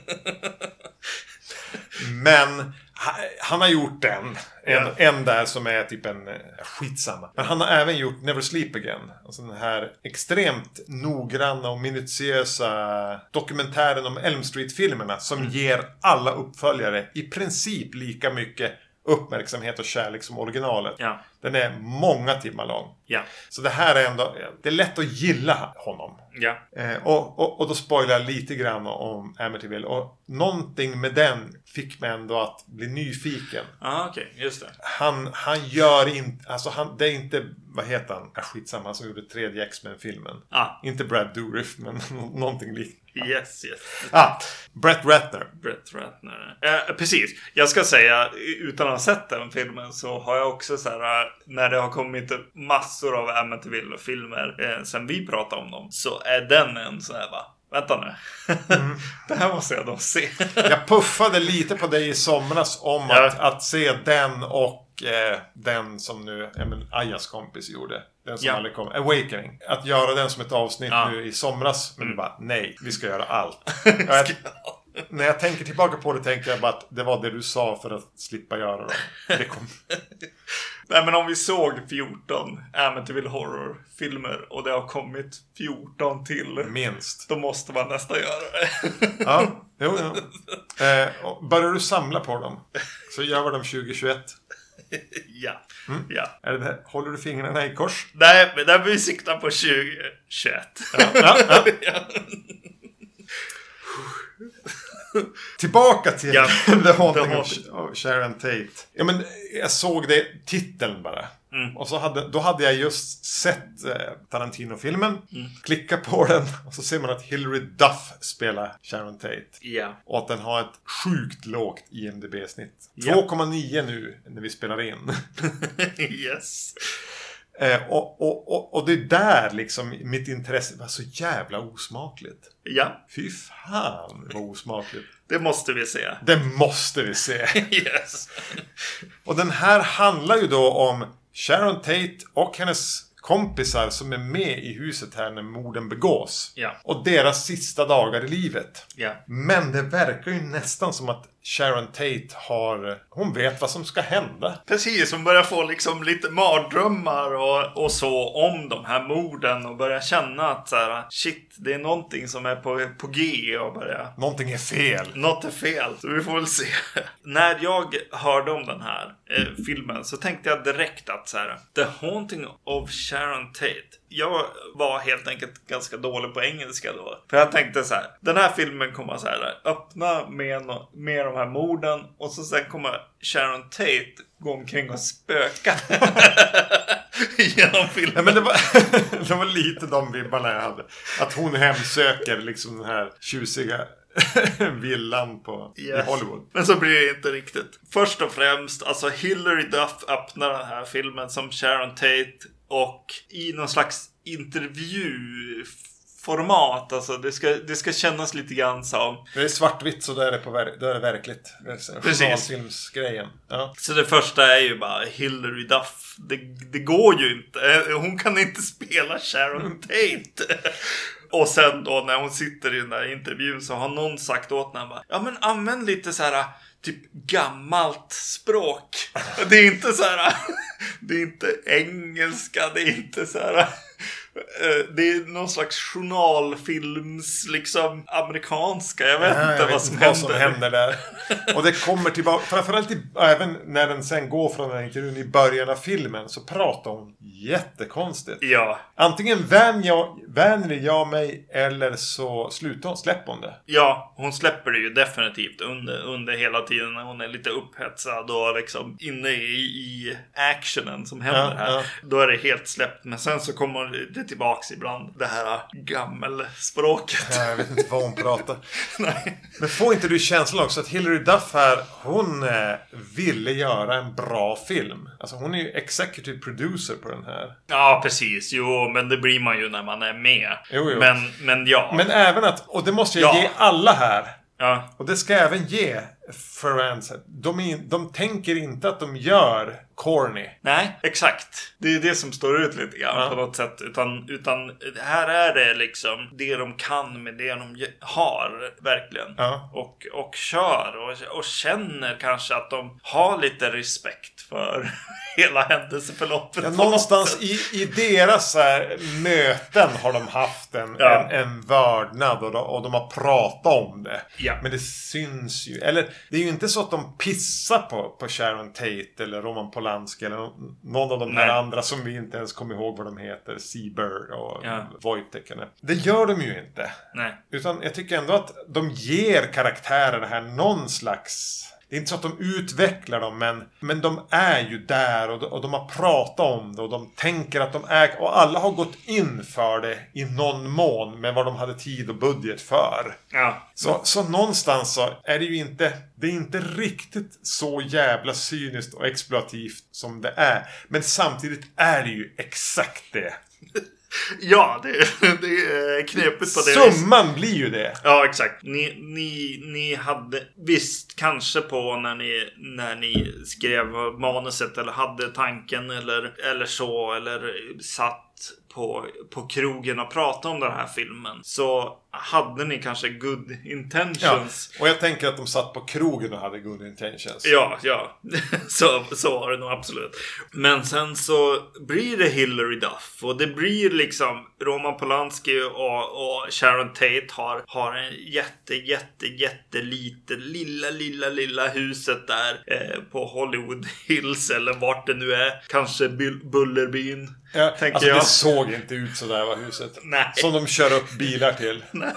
Speaker 1: Men han har gjort den. En,
Speaker 2: ja.
Speaker 1: en där som är typ en skitsamma. Men han har även gjort Never Sleep Again. Alltså den här extremt noggranna och minutiösa dokumentären om Elm Street-filmerna. Som mm. ger alla uppföljare i princip lika mycket uppmärksamhet och kärlek som originalet.
Speaker 2: Ja.
Speaker 1: Den är många timmar lång.
Speaker 2: Ja.
Speaker 1: Så det här är ändå, det är lätt att gilla honom.
Speaker 2: Ja.
Speaker 1: Eh, och, och, och då spoilar jag lite grann om Amityville. Och någonting med den fick mig ändå att bli nyfiken.
Speaker 2: Ja, okej, okay, just det.
Speaker 1: Han, han gör inte, alltså han, det är inte, vad heter han? Ja, skitsamma, han som gjorde tredje X-Men-filmen.
Speaker 2: Ah.
Speaker 1: Inte Brad Dourif, men någonting liknande.
Speaker 2: Yes, yes.
Speaker 1: Ah, Brett Ratner.
Speaker 2: Brett Ratner. Eh, precis. Jag ska säga, utan att ha sett den filmen så har jag också så här, när det har kommit massor av Amityville-filmer eh, sen vi pratade om dem, så är den en sån här, va? Vänta nu. Mm. Det här måste jag då se. Jag
Speaker 1: puffade lite på dig i somras om
Speaker 2: ja.
Speaker 1: att, att se den och eh, den som nu ja, men Ayas kompis gjorde. Den som
Speaker 2: ja.
Speaker 1: aldrig kom. Awakening. Att göra den som ett avsnitt ja. nu i somras. Men
Speaker 2: mm.
Speaker 1: bara, nej, vi ska göra allt. jag, när jag tänker tillbaka på det tänker jag bara att det var det du sa för att slippa göra det. Det kom...
Speaker 2: Nej, men om vi såg fjorton Amityville Horror-filmer och det har kommit fjorton till.
Speaker 1: Minst.
Speaker 2: Då måste man nästan göra det.
Speaker 1: Ja, jo, jo. Eh, börjar du samla på dem så gör vi dem tjugohundratjugoett.
Speaker 2: Ja.
Speaker 1: Mm.
Speaker 2: ja.
Speaker 1: Är det där? Håller du fingrarna i kors?
Speaker 2: Nej, men där vi siktar på tjugohundratjugoett.
Speaker 1: Ja, ja, ja. ja. Tillbaka till
Speaker 2: ja.
Speaker 1: The Haunting of Sharon Tate. Ja, men jag såg det, titeln bara.
Speaker 2: Mm.
Speaker 1: Och så hade, då hade jag just sett eh, Tarantino-filmen.
Speaker 2: Mm.
Speaker 1: Klicka på den och så ser man att Hilary Duff spelar Sharon Tate.
Speaker 2: Ja.
Speaker 1: Och att den har ett sjukt lågt I M D B-snitt.
Speaker 2: Ja.
Speaker 1: två komma nio nu när vi spelar in.
Speaker 2: Yes.
Speaker 1: Eh, och, och, och, och det är där liksom mitt intresse var så jävla osmakligt.
Speaker 2: Ja.
Speaker 1: Fy fan vad osmakligt.
Speaker 2: Det måste vi se.
Speaker 1: Det måste vi se.
Speaker 2: Yes.
Speaker 1: Och den här handlar ju då om Sharon Tate och hennes kompisar som är med i huset här när morden begås.
Speaker 2: Ja.
Speaker 1: Och deras sista dagar i livet.
Speaker 2: Ja.
Speaker 1: Men det verkar ju nästan som att Sharon Tate har... Hon vet vad som ska hända.
Speaker 2: Precis, hon börjar få liksom lite mardrömmar och, och så om de här morden. Och börjar känna att så här, shit, det är någonting som är på, på G. Och börja...
Speaker 1: Någonting är fel.
Speaker 2: Något är fel, så vi får väl se. När jag hörde om den här eh, filmen så tänkte jag direkt att så här, The Haunting of Sharon Tate. Jag var helt enkelt ganska dålig på engelska då. För jag tänkte så här, den här filmen kommer så här öppna med, no- med de här morden. Och så sen kommer Sharon Tate gå omkring och spöka genom filmen.
Speaker 1: Ja, men det var, det var lite de vibbarna jag hade. Att hon hemsöker liksom den här tjusiga villan på, yes. i Hollywood.
Speaker 2: Men så blir det inte riktigt. Först och främst, alltså Hilary Duff öppnar den här filmen som Sharon Tate. Och i någon slags intervjuformat. Alltså det ska, det ska kännas lite grann som...
Speaker 1: Det är svartvitt, så då är det, på ver- då är det verkligt. Journalfilmsgrejen. Ja.
Speaker 2: Så det första är ju bara Hilary Duff. Det, det går ju inte. Hon kan inte spela Sharon Tate. Och sen då när hon sitter i den där intervjun så har någon sagt åt henne bara, ja men använd lite så här typ gammalt språk. Det är inte så här, det är inte engelska, det är inte så här, det är någon slags journalfilms liksom amerikanska, jag vet
Speaker 1: ja,
Speaker 2: inte
Speaker 1: jag
Speaker 2: vad,
Speaker 1: vet
Speaker 2: som,
Speaker 1: inte vad som
Speaker 2: händer.
Speaker 1: händer där. Och det kommer tillbaka, framförallt i, även när den sen går från den intervjun i början av filmen så pratar hon jättekonstigt.
Speaker 2: Ja.
Speaker 1: Antingen vänjer jag, vänjer jag mig eller så slutar hon, släpper hon det.
Speaker 2: Ja, hon släpper det ju definitivt under, under hela tiden när hon är lite upphetsad och liksom inne i, i actionen som händer
Speaker 1: ja,
Speaker 2: här.
Speaker 1: Ja.
Speaker 2: Då är det helt släppt, men sen så kommer det tillbaks ibland, det här gammelspråket.
Speaker 1: Ja, jag vet inte vad hon pratar.
Speaker 2: Nej.
Speaker 1: Men får inte du känslan också att Hilary Duff här, hon eh, ville göra en bra film. Alltså hon är ju executive producer på den här.
Speaker 2: Ja, precis. Jo, men det blir man ju när man är med.
Speaker 1: Jo, jo.
Speaker 2: Men, men ja.
Speaker 1: Men även att, och det måste jag
Speaker 2: ja.
Speaker 1: ge alla här.
Speaker 2: Ja.
Speaker 1: Och det ska jag även ge Ferrans. De, är, de tänker inte att de gör corny.
Speaker 2: Nej, exakt. Det är det som står ut lite grann ja. på något sätt. Utan, utan här är det liksom det de kan med det de har, verkligen.
Speaker 1: Ja.
Speaker 2: Och, och kör och, och känner kanske att de har lite respekt för hela händelseförloppet.
Speaker 1: Ja, någonstans i, i deras här, möten har de haft en,
Speaker 2: ja.
Speaker 1: en, en vördnad och de, och de har pratat om det.
Speaker 2: Ja.
Speaker 1: Men det syns ju. Eller det är ju inte så att de pissar på, på Sharon Tate eller Roman Polanski eller någon av de här andra som vi inte ens kommer ihåg vad de heter. Seabird och ja. Wojtek. Det gör de ju inte.
Speaker 2: Nej.
Speaker 1: Utan jag tycker ändå att de ger karaktärerna här någon slags... Det är inte så att de utvecklar dem, men, men de är ju där och de, och de har pratat om det och de tänker att de är... Och alla har gått in för det i någon mån med vad de hade tid och budget för.
Speaker 2: Ja.
Speaker 1: Så, så någonstans så är det ju inte... Det är inte riktigt så jävla cyniskt och exploativt som det är. Men samtidigt är det ju exakt det.
Speaker 2: Ja, det, det är knepigt på det.
Speaker 1: Summan blir ju det.
Speaker 2: Ja, exakt. Ni, ni, ni hade visst kanske på när ni, när ni skrev manuset eller hade tanken eller, eller så, eller satt på, på krogen och pratade om den här filmen, så hade ni kanske good intentions.
Speaker 1: Ja, och jag tänker att de satt på krogen och hade good intentions.
Speaker 2: Ja, ja. så, så var det nog absolut. Men sen så blir det Hilary Duff och det blir liksom Roman Polanski och, och Sharon Tate har, har en jätte, jätte, jättelite lilla, lilla, lilla huset där eh, på Hollywood Hills eller vart det nu är. Kanske Bullerbyn.
Speaker 1: Ja, alltså jag. Det såg inte ut så där var huset.
Speaker 2: Nej.
Speaker 1: Som de kör upp bilar till.
Speaker 2: Nej.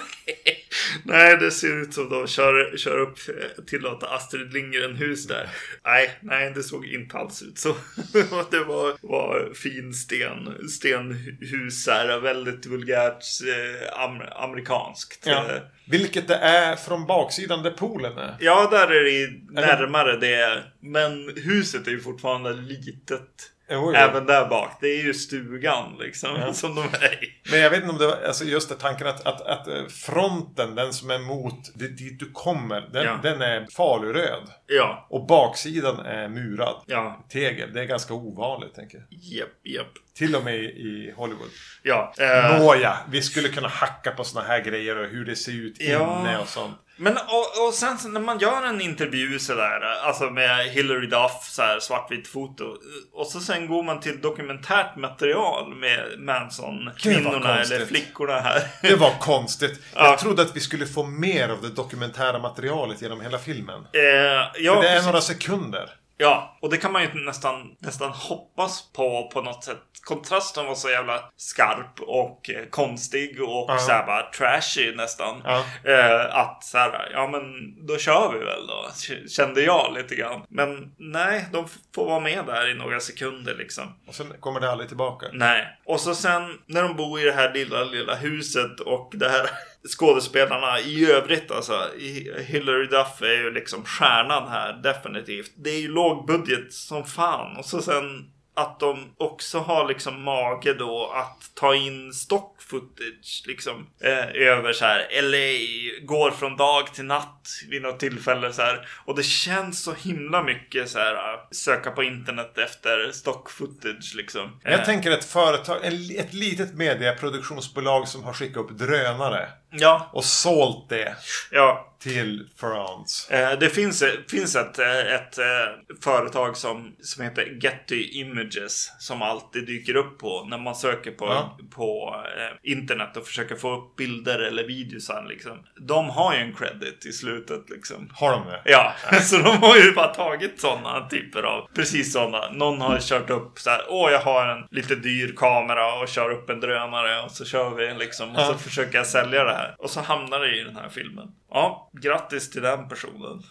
Speaker 2: Nej, det ser ut som de kör, kör upp till att Astrid Lindgren hus där. Nej, nej, det såg inte alls ut så. Det var, var fin sten, stenhus här, väldigt vulgärt eh, am, amerikanskt.
Speaker 1: Ja. Vilket det är från baksidan där poolen är.
Speaker 2: Ja, där är det närmare det. Men huset är ju fortfarande litet.
Speaker 1: Jo, jo.
Speaker 2: Även där bak. Det är ju stugan liksom, ja. Som de är i.
Speaker 1: Men jag vet inte om det var alltså just det tanken att, att, att fronten, den som är mot det, dit du kommer, den, ja. den är faluröd.
Speaker 2: Ja.
Speaker 1: Och baksidan är murad.
Speaker 2: Ja.
Speaker 1: Tegel. Det är ganska ovanligt, tänker jag.
Speaker 2: Japp, japp.
Speaker 1: Till och med i Hollywood.
Speaker 2: Ja. Uh...
Speaker 1: Nåja, vi skulle kunna hacka på såna här grejer och hur det ser ut
Speaker 2: ja.
Speaker 1: inne och sånt.
Speaker 2: Men och, och sen när man gör en intervju sådär, alltså med Hilary Duff så här, svartvitt foto, och så sen går man till dokumentärt material med Manson-kvinnorna eller flickorna här.
Speaker 1: Det var konstigt.
Speaker 2: Ja.
Speaker 1: Jag trodde att vi skulle få mer av det dokumentära materialet genom hela filmen.
Speaker 2: Eh, ja,
Speaker 1: För det är
Speaker 2: precis.
Speaker 1: några sekunder.
Speaker 2: Ja, och det kan man ju nästan, nästan hoppas på på något sätt. Kontrasten var så jävla skarp och eh, konstig och
Speaker 1: Ja.
Speaker 2: så här bara trashy nästan.
Speaker 1: Ja.
Speaker 2: Eh, att så här, ja men då kör vi väl då, k- kände jag lite grann. Men nej, de f- får vara med där i några sekunder liksom.
Speaker 1: Och sen kommer det aldrig tillbaka.
Speaker 2: Nej. Och så sen när de bor i det här lilla, lilla huset och det här skådespelarna i övrigt, alltså Hilary Duff är ju liksom stjärnan här, definitivt. Det är ju låg budget som fan. Och så sen att de också har liksom mage då att ta in stock footage liksom eh, över så här L A, går från dag till natt vid något tillfälle så här, och det känns så himla mycket så här söka på internet efter stock footage liksom.
Speaker 1: Jag
Speaker 2: Eh,
Speaker 1: tänker ett företag, ett litet medieproduktionsbolag som har skickat upp drönare
Speaker 2: ja,
Speaker 1: och sålt det
Speaker 2: ja.
Speaker 1: till France.
Speaker 2: Eh, det finns, finns ett, ett, ett företag som, som heter Getty Images som alltid dyker upp på när man söker på,
Speaker 1: Ja.
Speaker 2: på eh, internet och försöker få upp bilder eller videosar liksom. De har ju en credit i slutet liksom.
Speaker 1: Har de det?
Speaker 2: Ja, så de har ju bara tagit sådana typer av, precis sådana. Någon har kört upp så här, åh jag har en lite dyr kamera och kör upp en drönare och så kör vi liksom, och så
Speaker 1: Ja.
Speaker 2: försöker jag sälja det här. Och så hamnar det i den här filmen. Ja, grattis till den personen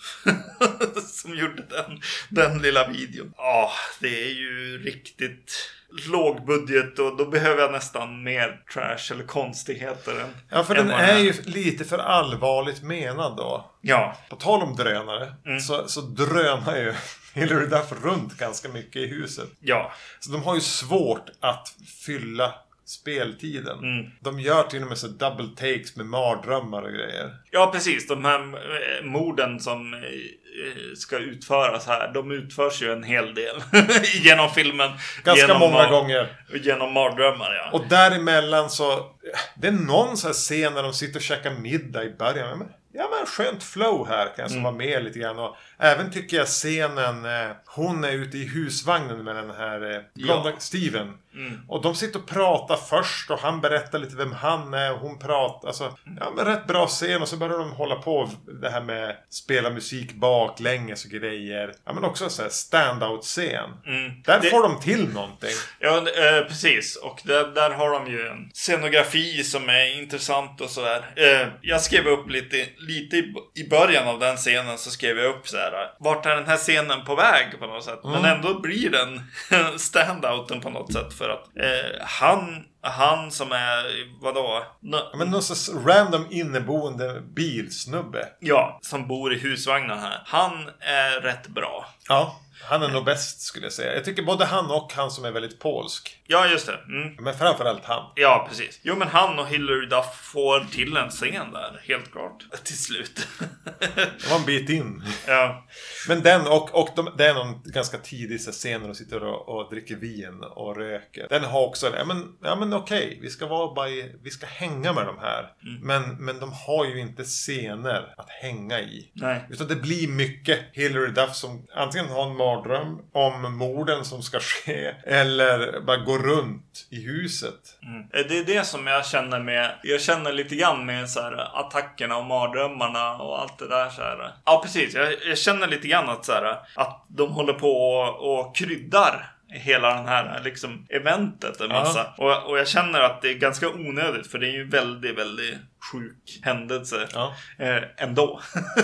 Speaker 2: som gjorde den, den lilla videon. Ja, det är ju riktigt låg budget och då behöver jag nästan mer trash eller konstigheter än,
Speaker 1: Ja, för
Speaker 2: än
Speaker 1: den
Speaker 2: vad
Speaker 1: är ju lite för allvarligt menad då.
Speaker 2: Ja,
Speaker 1: På tal om drönare,
Speaker 2: Mm.
Speaker 1: så, så drönar ju Hilary Duff runt ganska mycket i huset.
Speaker 2: ja,
Speaker 1: Så de har ju svårt att fylla speltiden.
Speaker 2: Mm.
Speaker 1: De gör till och med så double takes med mardrömmar och grejer.
Speaker 2: ja precis. De här eh, morden som eh, ska utföras här, de utförs ju en hel del genom filmen.
Speaker 1: Ganska
Speaker 2: genom
Speaker 1: många
Speaker 2: ma-
Speaker 1: gånger.
Speaker 2: Genom mardrömmar, ja.
Speaker 1: Och däremellan så... Det är någon så här scen när de sitter och käkar middag i början. Men, ja men skönt flow här kan jag som
Speaker 2: Mm.
Speaker 1: vara med lite grann. Och även tycker jag scenen... Eh, hon är ute i husvagnen med den här eh, blonda
Speaker 2: Ja.
Speaker 1: Steven.
Speaker 2: Mm.
Speaker 1: Och de sitter och pratar först och han berättar lite vem han är och hon pratar. Alltså, ja men rätt bra scen och så börjar de hålla på det här med spela musik baklänges och grejer. Ja men också så här standout-scen.
Speaker 2: Mm.
Speaker 1: Där
Speaker 2: Det-
Speaker 1: får de till någonting.
Speaker 2: Ja, eh, precis. Och där, där har de ju en scenografi som är intressant och sådär. Eh, jag skrev upp lite, lite i, i början av den scenen så skrev jag upp så här. Vart är den här scenen på väg på något sätt?
Speaker 1: Mm.
Speaker 2: Men ändå blir den standouten på något sätt. För att eh, han, han som är, vadå? Nå-
Speaker 1: Ja, men någon sorts random inneboende bilsnubbe.
Speaker 2: ja, som bor i husvagnen här. Han är rätt bra.
Speaker 1: Ja, han är nog bäst skulle jag säga. Jag tycker både han och han som är väldigt polsk.
Speaker 2: Ja, just det. Mm.
Speaker 1: Men framförallt han.
Speaker 2: Ja, precis. Jo, men han och Hilary Duff får till en scen där, helt klart. Till slut.
Speaker 1: Det var en bit in.
Speaker 2: Ja.
Speaker 1: Men den och, och de, det är någon ganska tidig så scen när de sitter och, och dricker vin och röker. Den har också, ja men, ja, men okej, vi ska vara bara i, vi ska hänga med de här.
Speaker 2: Mm.
Speaker 1: Men, men de har ju inte scener att hänga i.
Speaker 2: Nej.
Speaker 1: Utan det blir mycket Hilary Duff som antingen har en mardröm om morden som ska ske. Eller bara gå runt i huset.
Speaker 2: Mm. Det är det som jag känner med, jag känner lite grann med så här, attackerna och mardrömmarna och allt det där så här. Ja, precis. Jag, jag känner lite grann att så här, att de håller på och, och kryddar hela den här liksom eventet en massa. Och, och jag känner att det är ganska onödigt för det är ju väldigt, väldigt sjuk händelse
Speaker 1: Ja.
Speaker 2: eh, ändå.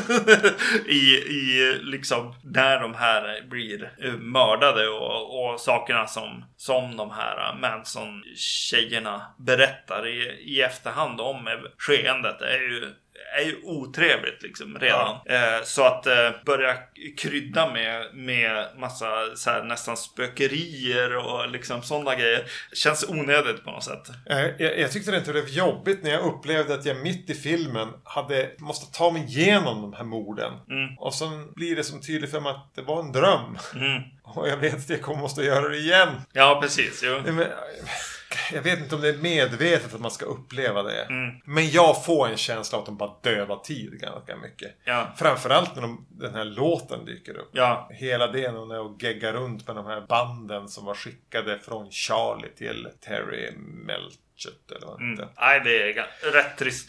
Speaker 2: I, I liksom när de här blir eh, mördade och, och sakerna som, som de här Manson-tjejerna berättar i, i efterhand om skeendet är ju är ju otrevligt liksom redan.
Speaker 1: Ja.
Speaker 2: Eh, så att eh, börja krydda med, med massa så här, nästan spökerier och liksom sådana grejer känns onödigt på något sätt.
Speaker 1: Eh, Jag, jag tyckte det inte blev jobbigt när jag upplevde att jag mitt i filmen hade måste ta mig igenom de här morden.
Speaker 2: Mm.
Speaker 1: Och sen blir det som tydligt för mig att det var en dröm.
Speaker 2: Mm.
Speaker 1: Och jag vet att jag kommer måste göra det igen.
Speaker 2: Ja, precis. Jo.
Speaker 1: Nej, men, Jag vet inte om det är medvetet att man ska uppleva det.
Speaker 2: Mm.
Speaker 1: Men jag får en känsla att de bara dödar tid ganska mycket.
Speaker 2: Ja.
Speaker 1: Framförallt när de, den här låten dyker upp.
Speaker 2: Ja.
Speaker 1: Hela det när de och geggar runt med de här banden som var skickade från Charlie till Terry Melcher. Eller vad
Speaker 2: mm. Nej, det är g- rätt trist.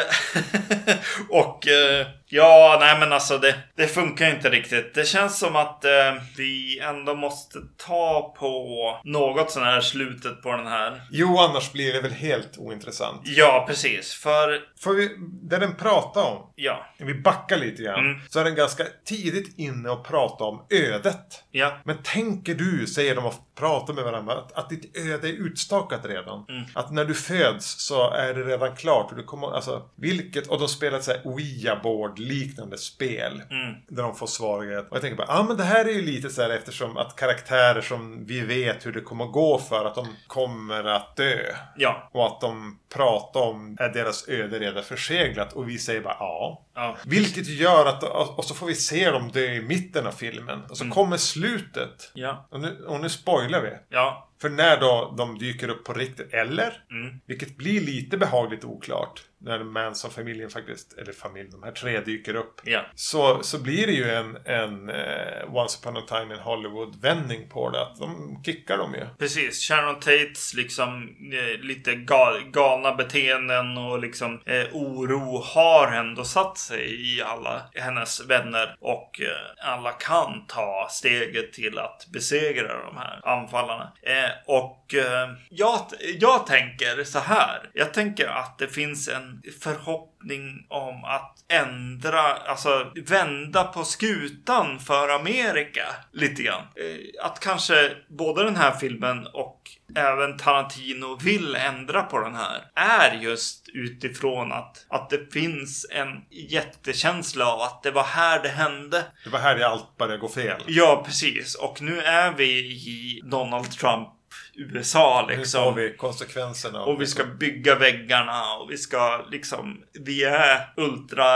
Speaker 2: Och eh, ja, nej men alltså det, det funkar inte riktigt. Det känns som att eh, vi ändå måste ta på något sån här slutet på den här.
Speaker 1: Jo, annars blir det väl helt ointressant.
Speaker 2: Ja, precis. För...
Speaker 1: För vi, det den pratar om,
Speaker 2: ja.
Speaker 1: vi backar lite grann,
Speaker 2: mm.
Speaker 1: så är den ganska tidigt inne och pratar om ödet.
Speaker 2: Ja.
Speaker 1: Men tänker du, säger de och pratar med varandra, att, att ditt öde är utstakat redan. Mm. Att när du föds så är det redan klart. Och du kommer, alltså, vilket, och de spelar ett så här Ouija-board liknande spel.
Speaker 2: Mm.
Speaker 1: Där de får svaret. Och jag tänker bara, ja ah, men det här är ju lite så här eftersom att karaktärer som vi vet hur det kommer gå för, att de kommer att dö.
Speaker 2: Ja.
Speaker 1: Och att de pratar om, är deras öde redan förseglat? Och vi säger bara, ja.
Speaker 2: ja.
Speaker 1: Vilket gör att, och så får vi se dem dö i mitten av filmen. Och så mm. kommer slutet.
Speaker 2: Ja.
Speaker 1: Och nu, och nu spoilar vi.
Speaker 2: Ja.
Speaker 1: För när då de dyker upp på riktigt, eller?
Speaker 2: Mm.
Speaker 1: Vilket blir lite behagligt oklart. När Manson-familjen faktiskt, eller familjen, de här tre dyker upp.
Speaker 2: Ja.
Speaker 1: Så, så blir det ju en, en uh, Once upon a time in Hollywood-vändning på det. Att de kickar dem ju.
Speaker 2: Precis, Sharon Tates liksom eh, lite gal, galna beteenden och liksom eh, oro har ändå satt sig i alla hennes vänner. Och eh, alla kan ta steget till att besegra de här anfallarna. Eh, och eh, jag, jag tänker så här. Jag tänker att det finns en förhoppning om att ändra, alltså vända på skutan för Amerika lite grann. Eh, att kanske både den här filmen och även Tarantino vill ändra på den här är just utifrån att, att det finns en jättekänsla av att det var här det hände.
Speaker 1: Det var här det allt började gå fel.
Speaker 2: Ja, precis. Och nu är vi i Donald Trump U S A liksom.
Speaker 1: Nu får vi konsekvenserna.
Speaker 2: Och vi ska bygga väggarna och vi ska liksom, vi är ultra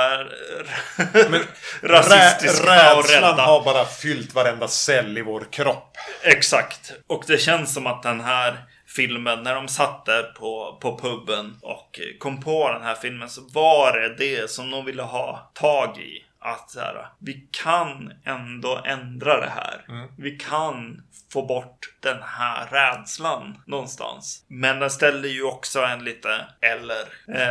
Speaker 1: Men
Speaker 2: rasistiska
Speaker 1: rä-
Speaker 2: och rädda.
Speaker 1: Rädslan har bara fyllt varenda cell i vår kropp.
Speaker 2: Exakt. Och det känns som att den här filmen, när de satt där på, på puben och kom på den här filmen, så var det det som de ville ha tag i. Att så här, vi kan ändå ändra det här. Mm. Vi kan få bort den här rädslan någonstans. Men den ställer ju också en lite eller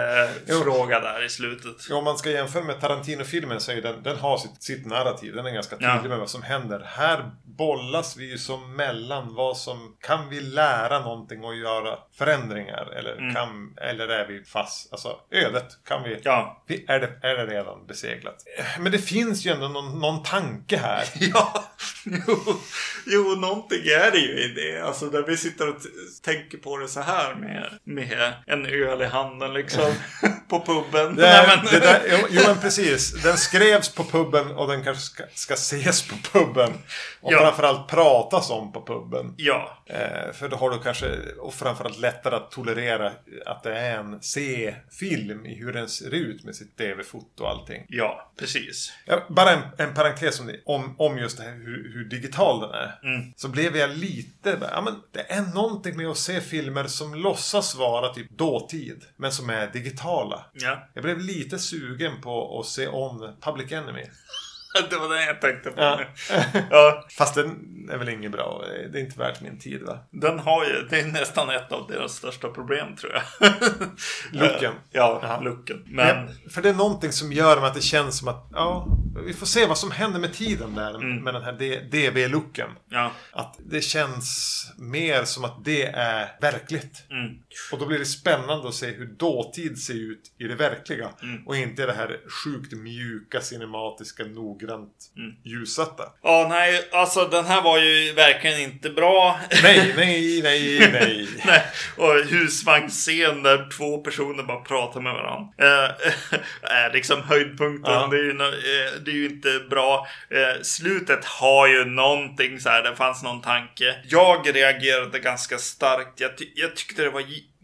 Speaker 2: eh, fråga där i slutet.
Speaker 1: Ja, om man ska jämföra med Tarantino-filmen så är den, den har sitt, sitt narrativ. Den är ganska tydlig ja. med vad som händer. Här bollas vi ju som mellan vad som, kan vi lära någonting och göra förändringar? Eller, mm. kan, eller är vi fast? Alltså ödet, kan vi,
Speaker 2: ja.
Speaker 1: vi är, det, är det redan beseglat? Men det finns ju ändå någon, någon tanke här.
Speaker 2: Ja, jo, jo, någonting är det ju i det. Alltså där vi sitter och t- tänker på det så här med, med en öl i handen liksom på puben.
Speaker 1: Det, är, Nej, men... det där, jo, jo, men precis. Den skrevs på puben och den kanske ska, ska ses på puben. Och ja. framförallt pratas om på puben.
Speaker 2: Ja.
Speaker 1: Eh, för då har du kanske, och framförallt lättare att tolerera att det är en C-film i hur den ser ut med sitt D V-foto och allting.
Speaker 2: Ja, precis.
Speaker 1: Ja, bara en, en parentes om, om, om just det här hur, hur digital den är. Mm. Så blev jag lite, ja men det är någonting med att se filmer som låtsas vara typ dåtid, men som är digitala.
Speaker 2: Ja.
Speaker 1: Jag blev lite sugen på att se om Public Enemy.
Speaker 2: Det var det jag tänkte på.
Speaker 1: Ja.
Speaker 2: Ja.
Speaker 1: Fast den är väl inget bra. Det är inte värt min tid, va?
Speaker 2: Den har ju, det är nästan ett av deras största problem, tror jag.
Speaker 1: Looken.
Speaker 2: Ja, Aha. looken. Men...
Speaker 1: Men, för det är någonting som gör att det känns som att, ja, vi får se vad som händer med tiden där mm. med den här D V-looken.
Speaker 2: Ja.
Speaker 1: Att det känns mer som att det är verkligt.
Speaker 2: Mm.
Speaker 1: Och då blir det spännande att se hur dåtid ser ut i det verkliga. Mm. Och inte det här sjukt mjuka, cinematiska, noggrant mm. ljussätta.
Speaker 2: Ja, nej, alltså den här var ju verkligen inte bra.
Speaker 1: Nej, nej, nej, nej.
Speaker 2: nej. Och husvagnsscen där två personer bara pratar med varandra. Eh, är liksom höjdpunkten. Ja. Det, är ju, eh, det är ju inte bra. Eh, slutet har ju någonting så här. Det fanns någon tanke. Jag reagerade ganska starkt. Jag, ty- jag tyckte det var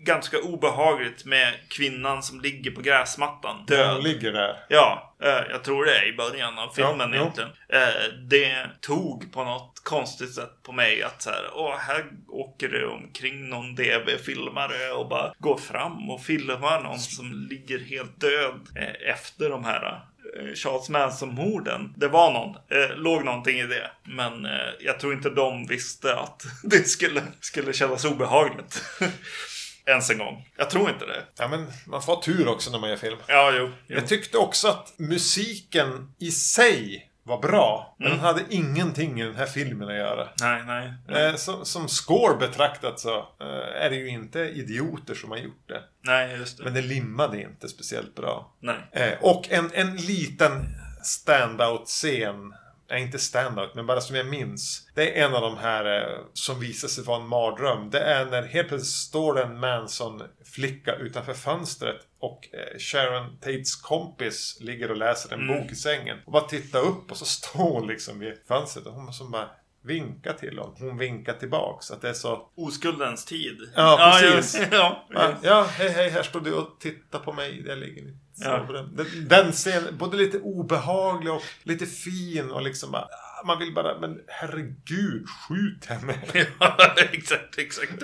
Speaker 2: ganska obehagligt med kvinnan som ligger på gräsmattan. Död.
Speaker 1: Hon ligger där.
Speaker 2: Ja, eh, jag tror det är i början av filmen
Speaker 1: ja,
Speaker 2: egentligen. Eh, det tog på något konstigt sätt på mig att så här, åh, här åker det omkring någon D V-filmare och bara går fram och filmar någon som ligger helt död eh, efter de här Charles Manson-morden. Det var någon, eh, låg någonting i det. Men eh, jag tror inte de visste att det skulle, skulle kännas obehagligt. Ens en gång. Jag tror inte det.
Speaker 1: Ja, men man får tur också när man gör film.
Speaker 2: Ja, jo. jo.
Speaker 1: Jag tyckte också att musiken i sig var bra. Men mm. den hade ingenting i den här filmen att göra.
Speaker 2: Nej, nej. nej.
Speaker 1: Eh, som, som score betraktat så eh, är det ju inte idioter som har gjort det.
Speaker 2: Nej, just det.
Speaker 1: Men det limmade inte speciellt bra.
Speaker 2: Nej.
Speaker 1: Eh, och en, en liten standout-scen. Nej, inte standout, men bara som jag minns. Det är en av de här eh, som visar sig vara en mardröm. Det är när helt plötsligt står en Manson-flicka utanför fönstret. Och eh, Sharon Tates kompis ligger och läser en mm. bok i sängen. Och bara tittar upp och så står hon liksom vid fönstret. Och hon som bara vinkar till honom. Hon vinkar tillbaks. Att det är så...
Speaker 2: Oskuldens tid.
Speaker 1: Ja, precis.
Speaker 2: Ja, ja,
Speaker 1: ja, ja hej, hej, här står du och tittar på mig. Jag ligger i ja. Den, den scenen, både lite obehaglig och lite fin. Och liksom bara... Man vill bara, men herregud, skjut henne.
Speaker 2: Ja, exakt, exakt.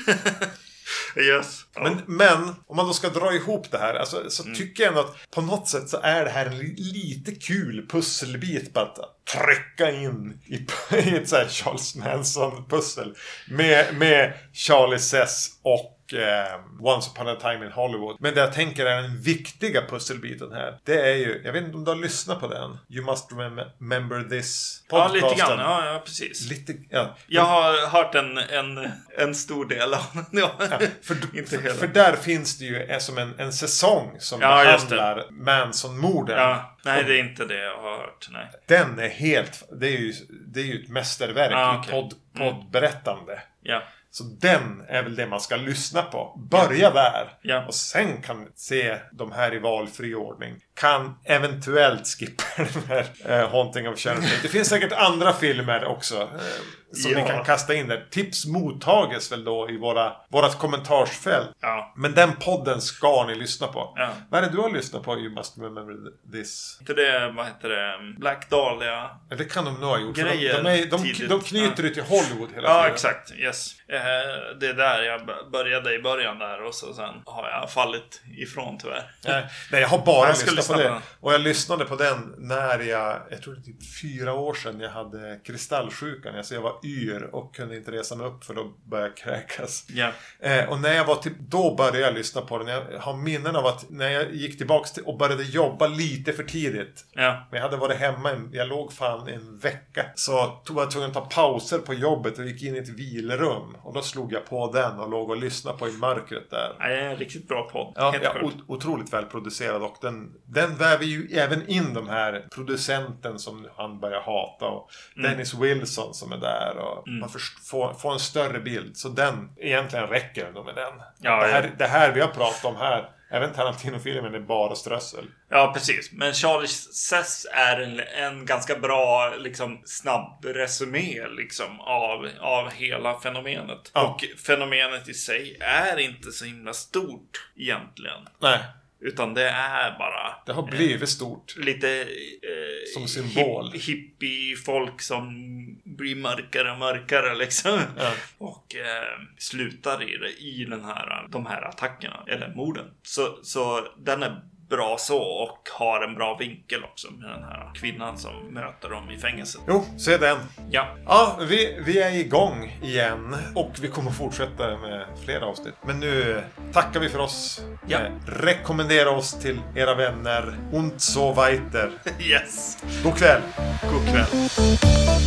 Speaker 2: Yes. Ja.
Speaker 1: Men, men om man då ska dra ihop det här alltså, så mm. tycker jag ändå att på något sätt så är det här en li- lite kul pusselbit bara att trycka in i, i ett så här Charles Manson-pussel med, med Charlie Sess och eh, Once upon a time in Hollywood. Men det jag tänker är den viktiga pusselbiten här. Det är ju, jag vet inte om du har lyssnat på den. You must remember this podcasten.
Speaker 2: Ja, lite grann. Ja, ja precis.
Speaker 1: Lite, ja.
Speaker 2: Jag har hört en, en, en stor del av den. Ja.
Speaker 1: Ja, för,
Speaker 2: inte
Speaker 1: för, för där finns det ju som en, en säsong som ja, behandlar Manson-morden.
Speaker 2: Ja. Nej, det är inte det jag har hört. Nej.
Speaker 1: Den är helt... Det är ju, det är ju ett mästerverk ah, okay. i podd, poddberättande.
Speaker 2: Mm. Ja.
Speaker 1: Så den är väl det man ska lyssna på. Börja ja. där.
Speaker 2: Ja.
Speaker 1: Och sen kan se de här i valfri ordning. Kan eventuellt skippa den här eh, Haunting of Sharon Tate. Det finns säkert andra filmer också eh, som ja. ni kan kasta in där. Tips mottages väl då i våra, vårat kommentarsfält.
Speaker 2: Ja.
Speaker 1: Men den podden ska ni lyssna på.
Speaker 2: Ja.
Speaker 1: Vad är det du har lyssnat på? You must remember this.
Speaker 2: Inte det, vad heter det? Black Dahlia.
Speaker 1: Ja, det kan de nog ha gjort.
Speaker 2: Grejer
Speaker 1: de, de, de, de knyter det ja. till Hollywood hela
Speaker 2: ja,
Speaker 1: tiden.
Speaker 2: Ja, exakt. Yes. Eh, det är där jag började i början där. Och så sen har jag fallit ifrån tyvärr.
Speaker 1: Nej, nej jag har bara jag lyssnat på det. På och jag lyssnade på den när jag, jag tror det typ fyra år sedan jag hade kristallsjukan. Alltså jag var yr och kunde inte resa mig upp för då började jag kräkas.
Speaker 2: Yeah.
Speaker 1: Eh, och när jag var till, då började jag lyssna på den. Jag har minnen av att när jag gick tillbaka till, och började jobba lite för tidigt.
Speaker 2: Yeah.
Speaker 1: Men jag hade varit hemma, en, jag låg fan en vecka. Så tog jag tvungen att ta pauser på jobbet och gick in i ett vilrum. Och då slog jag på den och låg och lyssnade på i mörkret där.
Speaker 2: Det är en riktigt bra podd.
Speaker 1: Ja, ja o- otroligt välproducerad och den, den väver ju även in de här producenten som han börjar hata och mm. Dennis Wilson som är där och mm. man får, får en större bild. Så den egentligen räcker ändå med den.
Speaker 2: Ja,
Speaker 1: det, här,
Speaker 2: ja.
Speaker 1: det här vi har pratat om här, även Tarantino-filmen är bara strössel.
Speaker 2: Ja, precis. Men Charlie Sess är en, en ganska bra liksom, snabb resumé liksom, av, av hela fenomenet. Ja. Och fenomenet i sig är inte så himla stort egentligen.
Speaker 1: Nej.
Speaker 2: Utan det är bara...
Speaker 1: Det har blivit eh, stort.
Speaker 2: Lite... Eh,
Speaker 1: som symbol.
Speaker 2: Hip, hippie-folk som blir mörkare och mörkare liksom.
Speaker 1: Ja.
Speaker 2: Och eh, slutar i, det, i den här, de här attackerna. Eller morden. Så, så den är bra så och har en bra vinkel också med den här kvinnan som möter dem i fängelset.
Speaker 1: Jo, se den.
Speaker 2: Ja.
Speaker 1: Ja, vi, vi är igång igen och vi kommer fortsätta med flera avsnitt. Men nu tackar vi för oss.
Speaker 2: Ja.
Speaker 1: Eh, rekommendera oss till era vänner. Und so weiter.
Speaker 2: Yes.
Speaker 1: God kväll.
Speaker 2: God kväll.